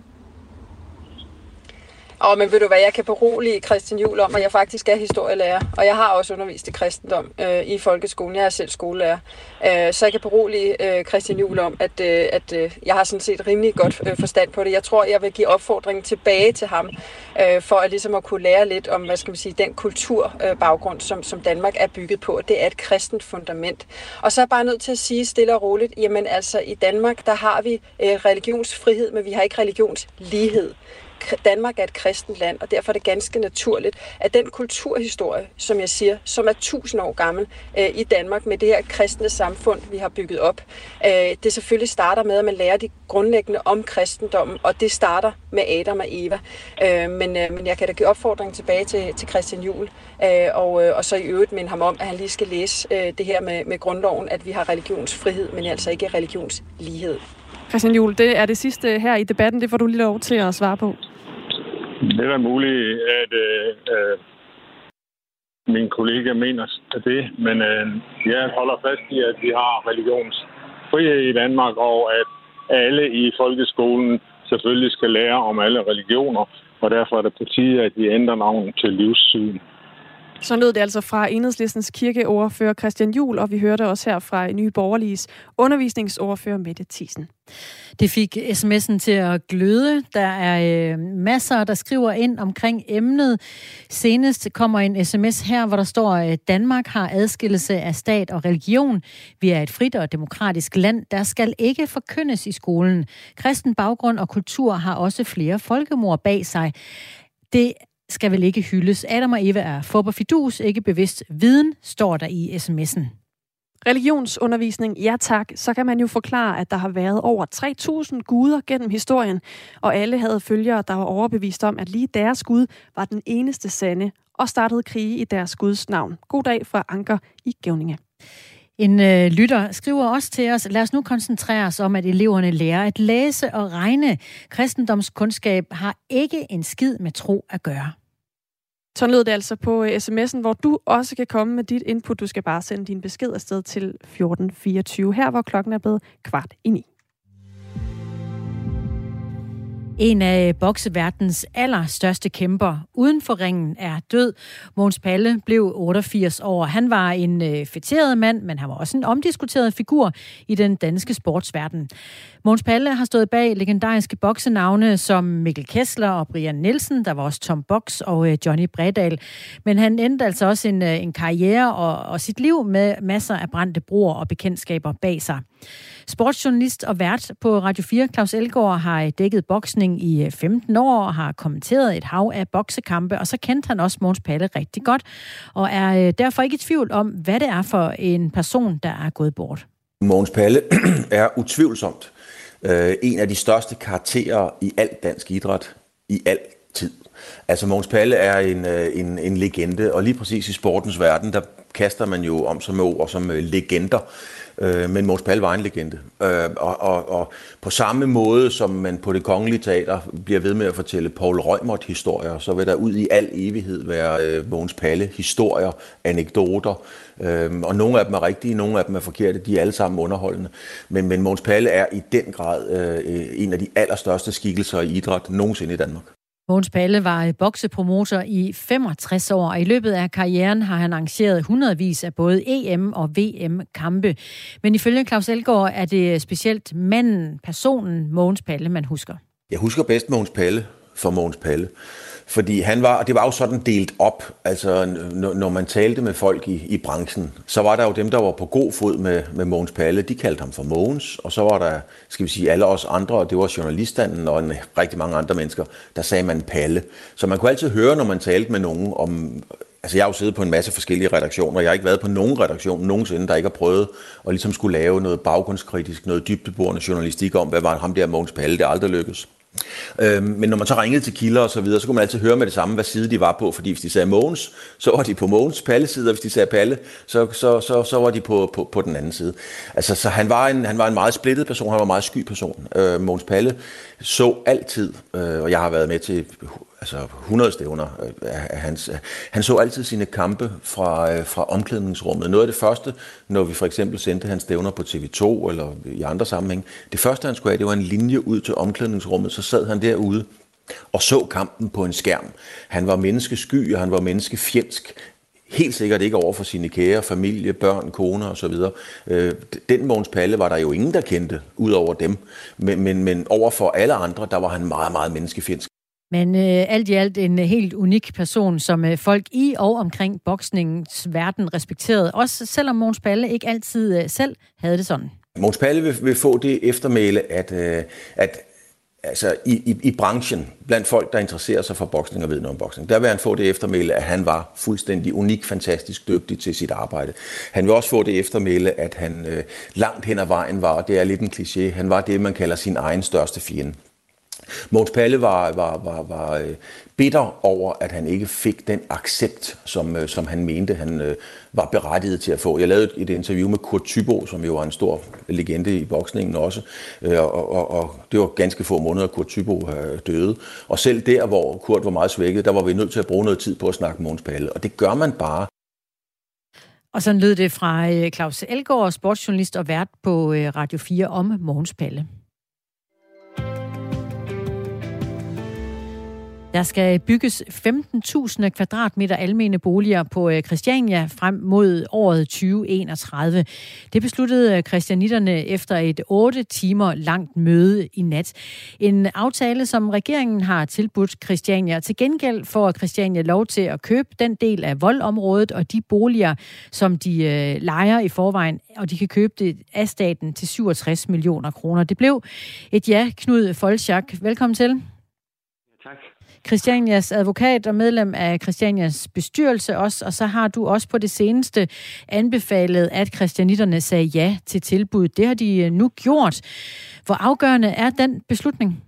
Og men ved du hvad, jeg kan berolige Christian Juhl om, at jeg faktisk er historielærer, og jeg har også undervist i kristendom øh, i folkeskolen. Jeg er selv skolelærer. Øh, så jeg kan berolige øh, Christian Juhl om, at, øh, at øh, jeg har sådan set rimelig godt øh, forstand på det. Jeg tror, jeg vil give opfordringen tilbage til ham, øh, for at ligesom at kunne lære lidt om, hvad skal man sige, den kulturbaggrund, øh, som, som Danmark er bygget på. Det er et kristent fundament. Og så er jeg bare nødt til at sige stille og roligt, jamen altså i Danmark, der har vi øh, religionsfrihed, men vi har ikke religionslighed. Danmark er et kristent land, og derfor er det ganske naturligt, at den kulturhistorie, som jeg siger, som er tusind år gammel øh, i Danmark med det her kristne samfund, vi har bygget op, øh, det selvfølgelig starter med, at man lærer de grundlæggende om kristendommen, og det starter med Adam og Eva. Øh, men, øh, men jeg kan da give opfordring tilbage til, til Christian Juhl, øh, og, øh, og så i øvrigt minde ham om, at han lige skal læse øh, det her med, med grundloven, at vi har religionsfrihed, men altså ikke religionslighed. Christian Juhl, det er det sidste her i debatten. Det får du lige lov til at svare på. Det er da muligt, at øh, min kollega mener det, men øh, jeg holder fast i, at vi har religionsfrihed i Danmark, og at alle i folkeskolen selvfølgelig skal lære om alle religioner, og derfor er det på tide, at vi ændrer navnet til livssyn. Så lød det altså fra Enhedslistens kirkeordfører Christian Juhl, og vi hørte også her fra Nye Borgerliges undervisningsordfører Mette Thiesen. Det fik sms'en til at gløde. Der er øh, masser, der skriver ind omkring emnet. Senest kommer en sms her, hvor der står, at Danmark har adskillelse af stat og religion. Vi er et frit og demokratisk land, der skal ikke forkyndes i skolen. Kristen baggrund og kultur har også flere folkemord bag sig. Det skal vel ikke hyldes. Adam og Eva er fup og fidus, ikke bevidst viden, står der i sms'en. Religionsundervisning, ja tak, så kan man jo forklare, at der har været over tre tusind guder gennem historien, og alle havde følgere, der var overbevist om, at lige deres Gud var den eneste sande, og startede krige i deres Guds navn. God dag fra Anker i Gævninge. En øh, lytter skriver også til os, lad os nu koncentrere os om, at eleverne lærer at læse og regne. Kristendomskundskab har ikke en skid med tro at gøre. Så lød det altså på sms'en, hvor du også kan komme med dit input. Du skal bare sende din besked afsted til fjorten fireogtyve, her hvor klokken er blevet kvart i ni. En af bokseverdens allerstørste kæmper uden for ringen er død. Mogens Palle blev otteogfirs år. Han var en øh, fætteret mand, men han var også en omdiskuteret figur i den danske sportsverden. Mogens Palle har stået bag legendariske boksenavne som Mikkel Kessler og Brian Nielsen. Der var også Tom Box og øh, Johnny Bredahl. Men han endte altså også en, øh, en karriere og, og sit liv med masser af brændte broer og bekendtskaber bag sig. Sportsjournalist og vært på Radio fire, Claus Elgaard, har dækket boksning i femten år og har kommenteret et hav af boksekampe, og så kendte han også Mogens Palle rigtig godt, og er derfor ikke i tvivl om, hvad det er for en person, der er gået bort. Mogens Palle er utvivlsomt øh, en af de største karakterer i al dansk idræt i al tid. Altså Mogens Palle er en, en, en legende, og lige præcis i sportens verden, der kaster man jo om sig med ord som legender. Men Mogens Palle var en legende. Og, og, og på samme måde, som man på Det Kongelige Teater bliver ved med at fortælle Poul Reumert-historier, så vil der ud i al evighed være Mogens Palle-historier, anekdoter. Og nogle af dem er rigtige, nogle af dem er forkerte. De er alle sammen underholdende. Men, men Mogens Palle er i den grad en af de allerstørste skikkelser i idræt nogensinde i Danmark. Mogens Palle var boksepromotor i femogtres år, og i løbet af karrieren har han arrangeret hundredvis af både E M- og V M-kampe. Men ifølge Claus Elgaard er det specielt manden, personen Mogens Palle, man husker. Jeg husker bedst Mogens Palle for Mogens Palle. Fordi han var, og det var jo sådan delt op, altså når man talte med folk i, i branchen, så var der jo dem, der var på god fod med, med Mogens Palle, de kaldte ham for Mogens, og så var der, skal vi sige, alle os andre, og det var journaliststanden og en, rigtig mange andre mennesker, der sagde man Palle. Så man kunne altid høre, når man talte med nogen om, altså jeg har jo siddet på en masse forskellige redaktioner, jeg har ikke været på nogen redaktion nogensinde, der ikke har prøvet at ligesom skulle lave noget baggrundskritisk, noget dybdeborende journalistik om, hvad var ham der Mogens Palle, det er aldrig lykkedes. Men når man så ringede til kilder og så videre, så kunne man altid høre med det samme, hvad side de var på, fordi hvis de sagde Mogens, så var de på Mogens Palle side, og hvis de sagde Palle, så, så, så, så var de på, på, på den anden side. Altså, så han var, en, han var en meget splittet person, han var en meget sky person. Øh, Mogens Palle så altid, øh, og jeg har været med til altså hundrede stævner af hans, han så altid sine kampe fra, øh, fra omklædningsrummet. Noget af det første, når vi for eksempel sendte hans stævner på T V to eller i andre sammenhæng, det første han skulle have, det var en linje ud til omklædningsrummet, så sad han derude og så kampen på en skærm. Han var menneskesky, og han var menneskefjendsk. Helt sikkert ikke over for sine kære, familie, børn, koner osv. Den Mogens Palle var der jo ingen, der kendte, ud over dem. Men, men, men over for alle andre, der var han meget, meget menneskefjendsk. Men øh, alt i alt en helt unik person, som øh, folk i og omkring boksningens verden respekterede. Også selvom Mogens Palle ikke altid øh, selv havde det sådan. Mogens Palle vil, vil få det eftermæle, at, øh, at altså, i, i, i branchen, blandt folk, der interesserer sig for boksning og ved noget om boksning, der vil han få det eftermæle, at han var fuldstændig unik, fantastisk dygtig til sit arbejde. Han vil også få det eftermæle, at han øh, langt hen ad vejen var, og det er lidt en kliché, han var det, man kalder sin egen største fjende. Mogens Palle var, var, var, var bitter over, at han ikke fik den accept, som, som han mente, han øh, var berettiget til at få. Jeg lavede et interview med Kurt Thyboe, som jo var en stor legende i boksningen også, øh, og, og, og det var ganske få måneder, Kurt Thyboe øh, døde. Og selv der, hvor Kurt var meget svækket, der var vi nødt til at bruge noget tid på at snakke Mogens Palle, og det gør man bare. Og sådan lød det fra Claus Elgaard, sportsjournalist og vært på Radio fire om Mogens Palle. Der skal bygges femten tusind kvadratmeter almene boliger på Christiania frem mod året tyve enogtredive. Det besluttede christianitterne efter et otte timer langt møde i nat. En aftale, som regeringen har tilbudt Christiania. Til gengæld får Christiania lov til at købe den del af voldområdet og de boliger, som de øh, lejer i forvejen, og de kan købe det af staten til syvogtres millioner kroner. Det blev et ja, Knud Folchak. Velkommen til. Tak. Christianias advokat og medlem af Christianias bestyrelse også, og så har du også på det seneste anbefalet, at christianitterne sagde ja til tilbuddet. Det har de nu gjort. Hvor afgørende er den beslutning?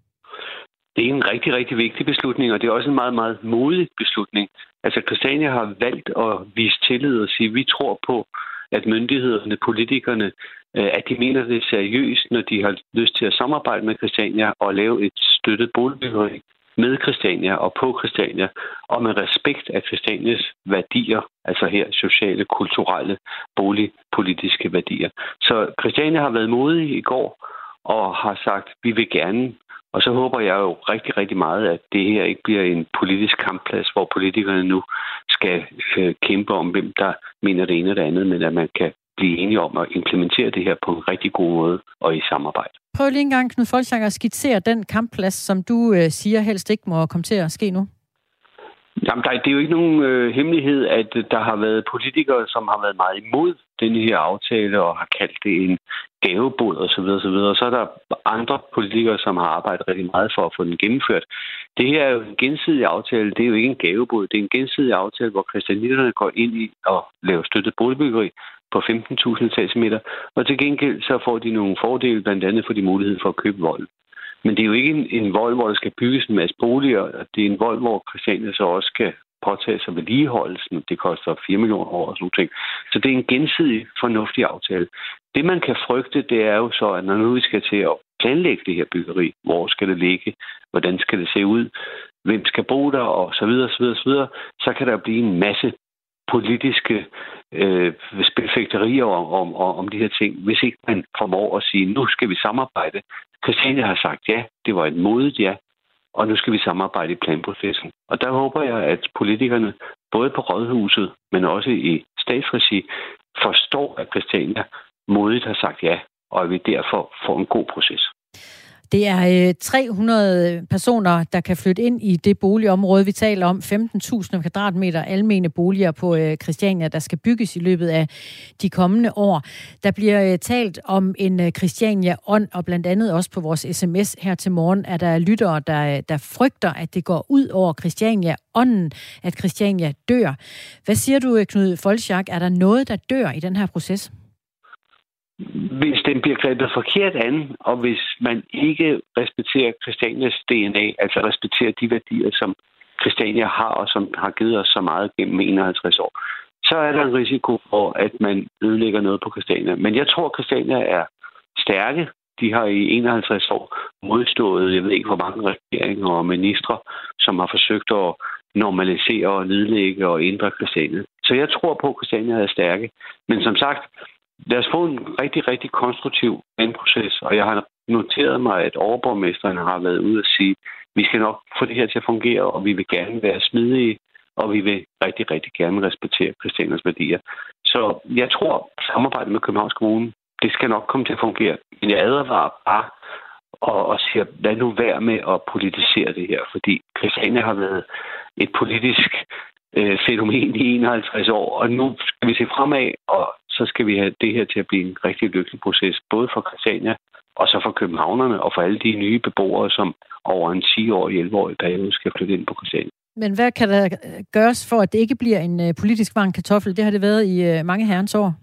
Det er en rigtig, rigtig vigtig beslutning, og det er også en meget, meget modig beslutning. Altså, Christiania har valgt at vise tillid og sige, at vi tror på, at myndighederne, politikerne, at de mener det seriøst, når de har lyst til at samarbejde med Christiania og lave et støttet boligbyggeri med Christiania og på Christiania, og med respekt af Christianias værdier, altså her sociale, kulturelle, boligpolitiske værdier. Så Christiania har været modige i går og har sagt, at vi vil gerne. Og så håber jeg jo rigtig, rigtig meget, at det her ikke bliver en politisk kampplads, hvor politikerne nu skal kæmpe om, hvem der mener det ene og det andet, men at man kan blive enige om at implementere det her på en rigtig god måde og i samarbejde. Prøv lige en gang, Knud Foldschager, at skitsere den kampplads, som du øh, siger helst ikke må komme til at ske nu. Jamen, der, det er jo ikke nogen øh, hemmelighed, at der har været politikere, som har været meget imod denne her aftale og har kaldt det en gavebod osv. osv. Og så er der andre politikere, som har arbejdet rigtig meget for at få den gennemført. Det her er jo en gensidig aftale. Det er jo ikke en gavebod. Det er en gensidig aftale, hvor christianitterne går ind i at lave støttet boligbyggeri på femten tusind etagemeter. Og til gengæld så får de nogle fordele, blandt andet for de mulighed for at købe vold. Men det er jo ikke en, en vold, hvor der skal bygges en masse boliger. Det er en vold, hvor Christiania så også skal påtage sig vedligeholdelsen. Det koster fire millioner år og sådan noget. Så det er en gensidig fornuftig aftale. Det, man kan frygte, det er jo så, at når nu vi skal til at planlægge det her byggeri, hvor skal det ligge, hvordan skal det se ud, hvem skal bo der, og så videre, så videre, så videre, så kan der blive en masse politiske øh, spilfægterier om, om, om de her ting, hvis ikke man formår at sige, nu skal vi samarbejde. Christiania har sagt ja, det var et modigt ja, og nu skal vi samarbejde i planprocessen. Og der håber jeg, at politikerne, både på Rådhuset, men også i statsregi, forstår, at Christiania modigt har sagt ja, og at vi derfor får en god proces. Det er øh, tre hundrede personer, der kan flytte ind i det boligområde, vi taler om. femten tusind kvadratmeter almene boliger på øh, Christiania, der skal bygges i løbet af de kommende år. Der bliver øh, talt om en øh, Christiania-ånd, og blandt andet også på vores sms her til morgen, er der lyttere, der, der frygter, at det går ud over Christiania-ånden, at Christiania dør. Hvad siger du, Knud Foldschager? Er der noget, der dør i den her proces? Hvis den bliver grebet forkert an, og hvis man ikke respekterer Christianias D N A, altså respekterer de værdier, som Christiania har, og som har givet os så meget gennem enoghalvtreds år, så er der en risiko for, at man ødelægger noget på Christiania. Men jeg tror, at Christiania er stærke. De har i enoghalvtreds år modstået, jeg ved ikke hvor mange regeringer og ministre, som har forsøgt at normalisere og nedlægge og ændre Christiania. Så jeg tror på, at Christiania er stærke. Men som sagt, lad os få en rigtig, rigtig konstruktiv proces, og jeg har noteret mig, at overborgmesteren har været ude og sige, at vi skal nok få det her til at fungere, og vi vil gerne være smidige, og vi vil rigtig, rigtig gerne respektere Christianias værdier. Så jeg tror, at samarbejdet med Københavns Kommune, det skal nok komme til at fungere. Men jeg advarer bare og, og siger, lad nu være med at politisere det her, fordi Christiania har været et politisk øh, fænomen i enoghalvtreds år, og nu skal vi se fremad, og så skal vi have det her til at blive en rigtig lykkelig proces, både for Christiania og så for københavnerne og for alle de nye beboere, som over en ti-årig, elleve-årig periode skal flytte ind på Christiania. Men hvad kan der gøres for, at det ikke bliver en uh, politisk varm kartoffel? Det har det været i uh, mange herrens år.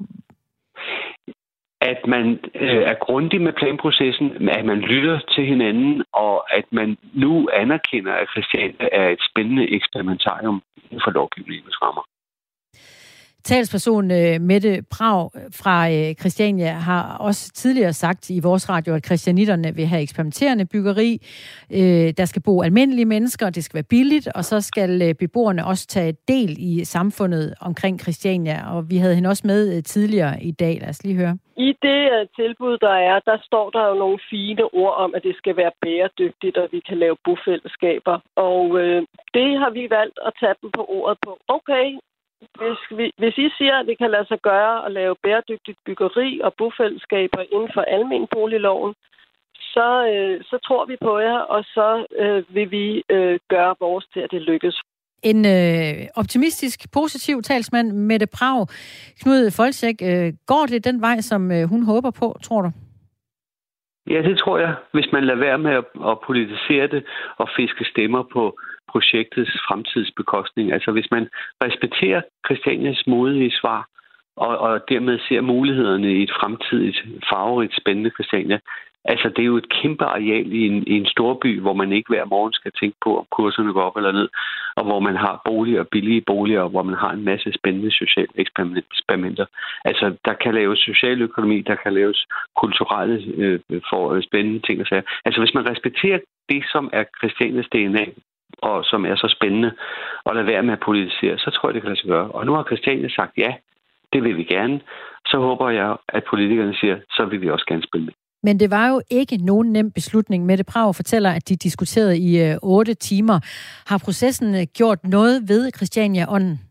At man øh, er grundig med planprocessen, at man lytter til hinanden, og at man nu anerkender, at Christiania er et spændende eksperimentarium inden for lovgivningens rammer. Talsperson uh, Mette Prag fra uh, Christiania har også tidligere sagt i vores radio, at christianitterne vil have eksperimenterende byggeri. Uh, der skal bo almindelige mennesker, det skal være billigt, og så skal uh, beboerne også tage del i samfundet omkring Christiania. Og vi havde hende også med uh, tidligere i dag. Lad os lige høre. I det uh, tilbud, der er, der står der jo nogle fine ord om, at det skal være bæredygtigt, og vi kan lave bofællesskaber. Og uh, det har vi valgt at tage dem på ordet på. Okay. Hvis, vi, hvis I siger, at det kan lade sig gøre at lave bæredygtigt byggeri og bofællesskaber inden for almenboligloven, så, øh, så tror vi på jer, og så øh, vil vi øh, gøre vores til, at det lykkes. En øh, optimistisk, positiv talsmand, Mette Prag. Knud Foldschager, øh, går det den vej, som øh, hun håber på, tror du? Ja, det tror jeg, hvis man lader være med at, at politisere det og fiske stemmer på projektets fremtidsbekostning. Altså hvis man respekterer Christianias modige svar, og, og dermed ser mulighederne i et fremtidigt, farverigt, spændende Christiania. Altså, det er jo et kæmpe areal i en, i en storby, hvor man ikke hver morgen skal tænke på, om kurserne går op eller ned, og hvor man har boliger, billige boliger, og hvor man har en masse spændende sociale eksperimenter. Altså, der kan laves social økonomi, der kan laves kulturelle øh, for spændende ting og sager. Altså, hvis man respekterer det, som er Christianias D N A, og som er så spændende, og lader være med at politisere, så tror jeg, det kan lade sig gøre. Og nu har Christiania sagt ja, det vil vi gerne. Så håber jeg, at politikerne siger, så vil vi også gerne spille med. Men det var jo ikke nogen nem beslutning. Mette Prag fortæller, at de diskuterede i otte timer. Har processen gjort noget ved Christiania-ånden?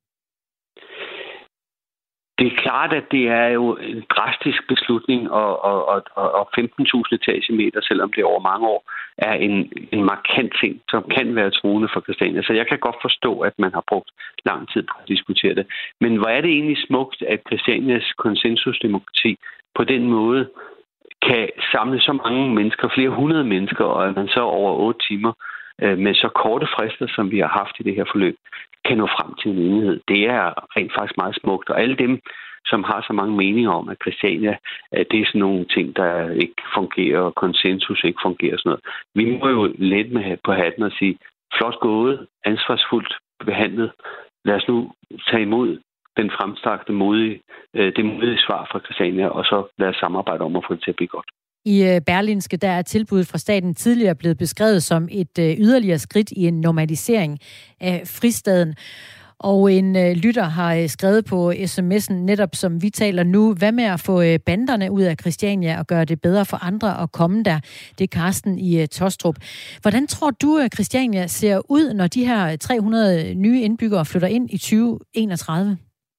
Det er klart, at det er jo en drastisk beslutning, og, og, og, og femten tusind etagemeter, selvom det over mange år, er en, en markant ting, som kan være truende for Christiania. Så jeg kan godt forstå, at man har brugt lang tid på at diskutere det. Men hvor er det egentlig smukt, at Christianias konsensusdemokrati på den måde kan samle så mange mennesker, flere hundrede mennesker, og at man så over otte timer øh, med så korte frister, som vi har haft i det her forløb, kan nå frem til en enighed. Det er rent faktisk meget smukt, og alle dem, som har så mange meninger om, at Christiania, at det er sådan nogle ting, der ikke fungerer, og konsensus ikke fungerer og sådan noget. Vi må jo let med på hatten og sige, flot gået, ansvarsfuldt behandlet. Lad os nu tage imod den fremstrakte modige, det modige svar fra Christiania, og så lad os samarbejde om at få det til at blive godt. I Berlingske, der er tilbuddet fra staten tidligere blevet beskrevet som et yderligere skridt i en normalisering af fristaden. Og en øh, lytter har skrevet på sms'en, netop som vi taler nu, hvad med at få øh, banderne ud af Christiania og gøre det bedre for andre at komme der? Det er Karsten i øh, Tostrup. Hvordan tror du, at Christiania ser ud, når de her tre hundrede nye indbyggere flytter ind i tyve enogtredive?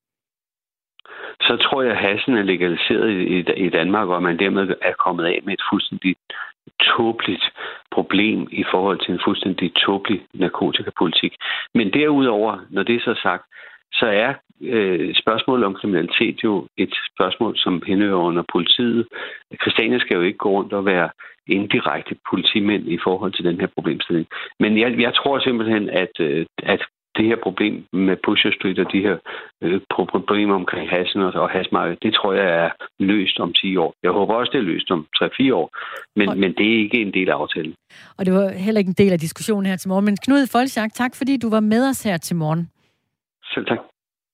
Så tror jeg, at haschen er legaliseret i, i Danmark, og man dermed er kommet af med et fuldstændig tåbeligt problem i forhold til en fuldstændig tåbelig narkotikapolitik. Men derudover, når det er så sagt, så er øh, spørgsmålet om kriminalitet jo et spørgsmål, som henhører under politiet. Christiania skal jo ikke gå rundt og være indirekte politimænd i forhold til den her problemstilling. Men jeg, jeg tror simpelthen, at, øh, at det her problem med Pusher Street og de her øh, problemer omkring hashen og hashmarkedet, det tror jeg er løst om ti år. Jeg håber også, det er løst om tre til fire år, men, og, men det er ikke en del af aftalen. Og det var heller ikke en del af diskussionen her til morgen. Men Knud Folchak, tak fordi du var med os her til morgen. Selv tak.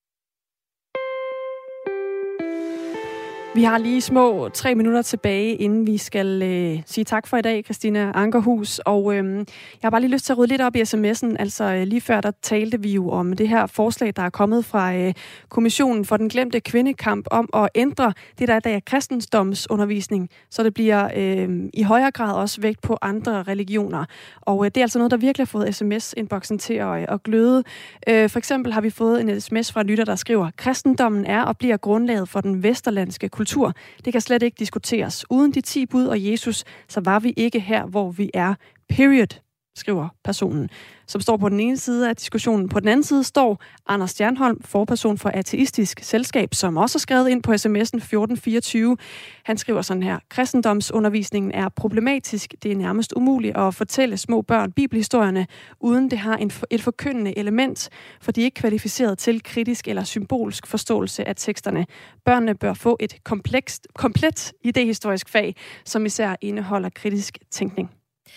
Vi har lige små tre minutter tilbage, inden vi skal øh, sige tak for i dag, Christina Ankerhus. Og øh, jeg har bare lige lyst til at rydde lidt op i sms'en. Altså øh, lige før, der talte vi jo om det her forslag, der er kommet fra øh, Kommissionen for den glemte kvindekamp om at ændre det, der er der kristendomsundervisning, så det bliver øh, i højere grad også vægt på andre religioner. Og øh, det er altså noget, der virkelig har fået sms-inboxen til at, at gløde. Øh, for eksempel har vi fået en sms fra lytter, der skriver, kristendommen er og bliver grundlaget for den vesterlandske kultur. Det kan slet ikke diskuteres. Uden de ti bud og Jesus, så var vi ikke her, hvor vi er. Period, skriver personen, som står på den ene side af diskussionen. På den anden side står Anders Stjernholm, forperson for Ateistisk Selskab, som også har skrevet ind på sms'en fjorten fireogtyve. Han skriver sådan her: kristendomsundervisningen er problematisk. Det er nærmest umuligt at fortælle små børn bibelhistorierne, uden det har en, et forkyndende element, for de er ikke kvalificeret til kritisk eller symbolsk forståelse af teksterne. Børnene bør få et komplekst, komplet idehistorisk fag, som især indeholder kritisk tænkning.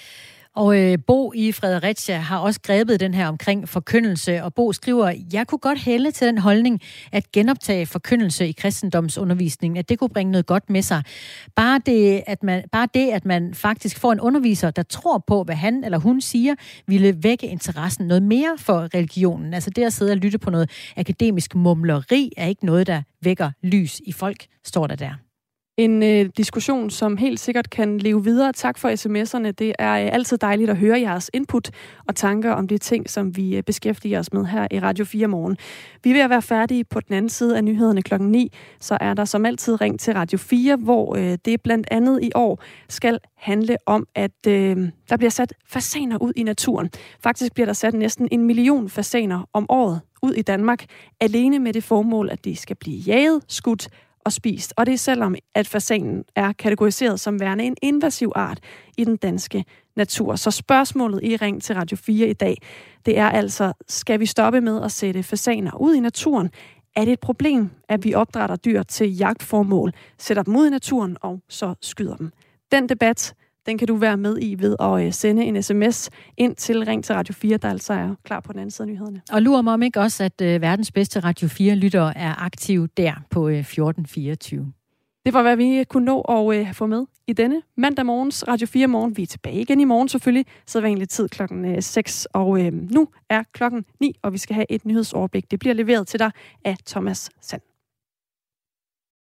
Og øh, Bo i Fredericia har også grebet den her omkring forkyndelse, og Bo skriver, jeg kunne godt hælde til den holdning, at genoptage forkyndelse i kristendomsundervisningen, at det kunne bringe noget godt med sig. Bare det, at man, bare det, at man faktisk får en underviser, der tror på, hvad han eller hun siger, ville vække interessen noget mere for religionen. Altså det at sidde og lytte på noget akademisk mumleri, er ikke noget, der vækker lys i folk, står der der. En øh, diskussion, som helt sikkert kan leve videre. Tak for sms'erne. Det er øh, altid dejligt at høre jeres input og tanker om de ting, som vi øh, beskæftiger os med her i Radio fire Morgen. Vi er ved at være færdige på den anden side af nyhederne klokken ni. Så er der som altid ring til Radio fire, hvor øh, det blandt andet i år skal handle om, at øh, der bliver sat fasaner ud i naturen. Faktisk bliver der sat næsten en million fasaner om året ud i Danmark, alene med det formål, at de skal blive jaget, skudt og spist. Og det er selvom, at fasanen er kategoriseret som værende en invasiv art i den danske natur. Så spørgsmålet i Ring til Radio fire i dag, det er altså, skal vi stoppe med at sætte fasaner ud i naturen? Er det et problem, at vi opdrætter dyr til jagtformål, sætter dem ud i naturen og så skyder dem? Den debat, den kan du være med i ved at sende en sms ind til Ring til Radio fire, der altså er klar på den anden side af nyhederne. Og lurer mig om ikke også, at uh, verdens bedste Radio fire-lyttere er aktive der på uh, fjorten fireogtyve. Det var, hvad vi kunne nå at uh, få med i denne mandag morgens Radio fire Morgen. Vi er tilbage igen i morgen selvfølgelig, sædvanlig tid klokken seks, og uh, nu er klokken ni, og vi skal have et nyhedsoverblik. Det bliver leveret til dig af Thomas Sand.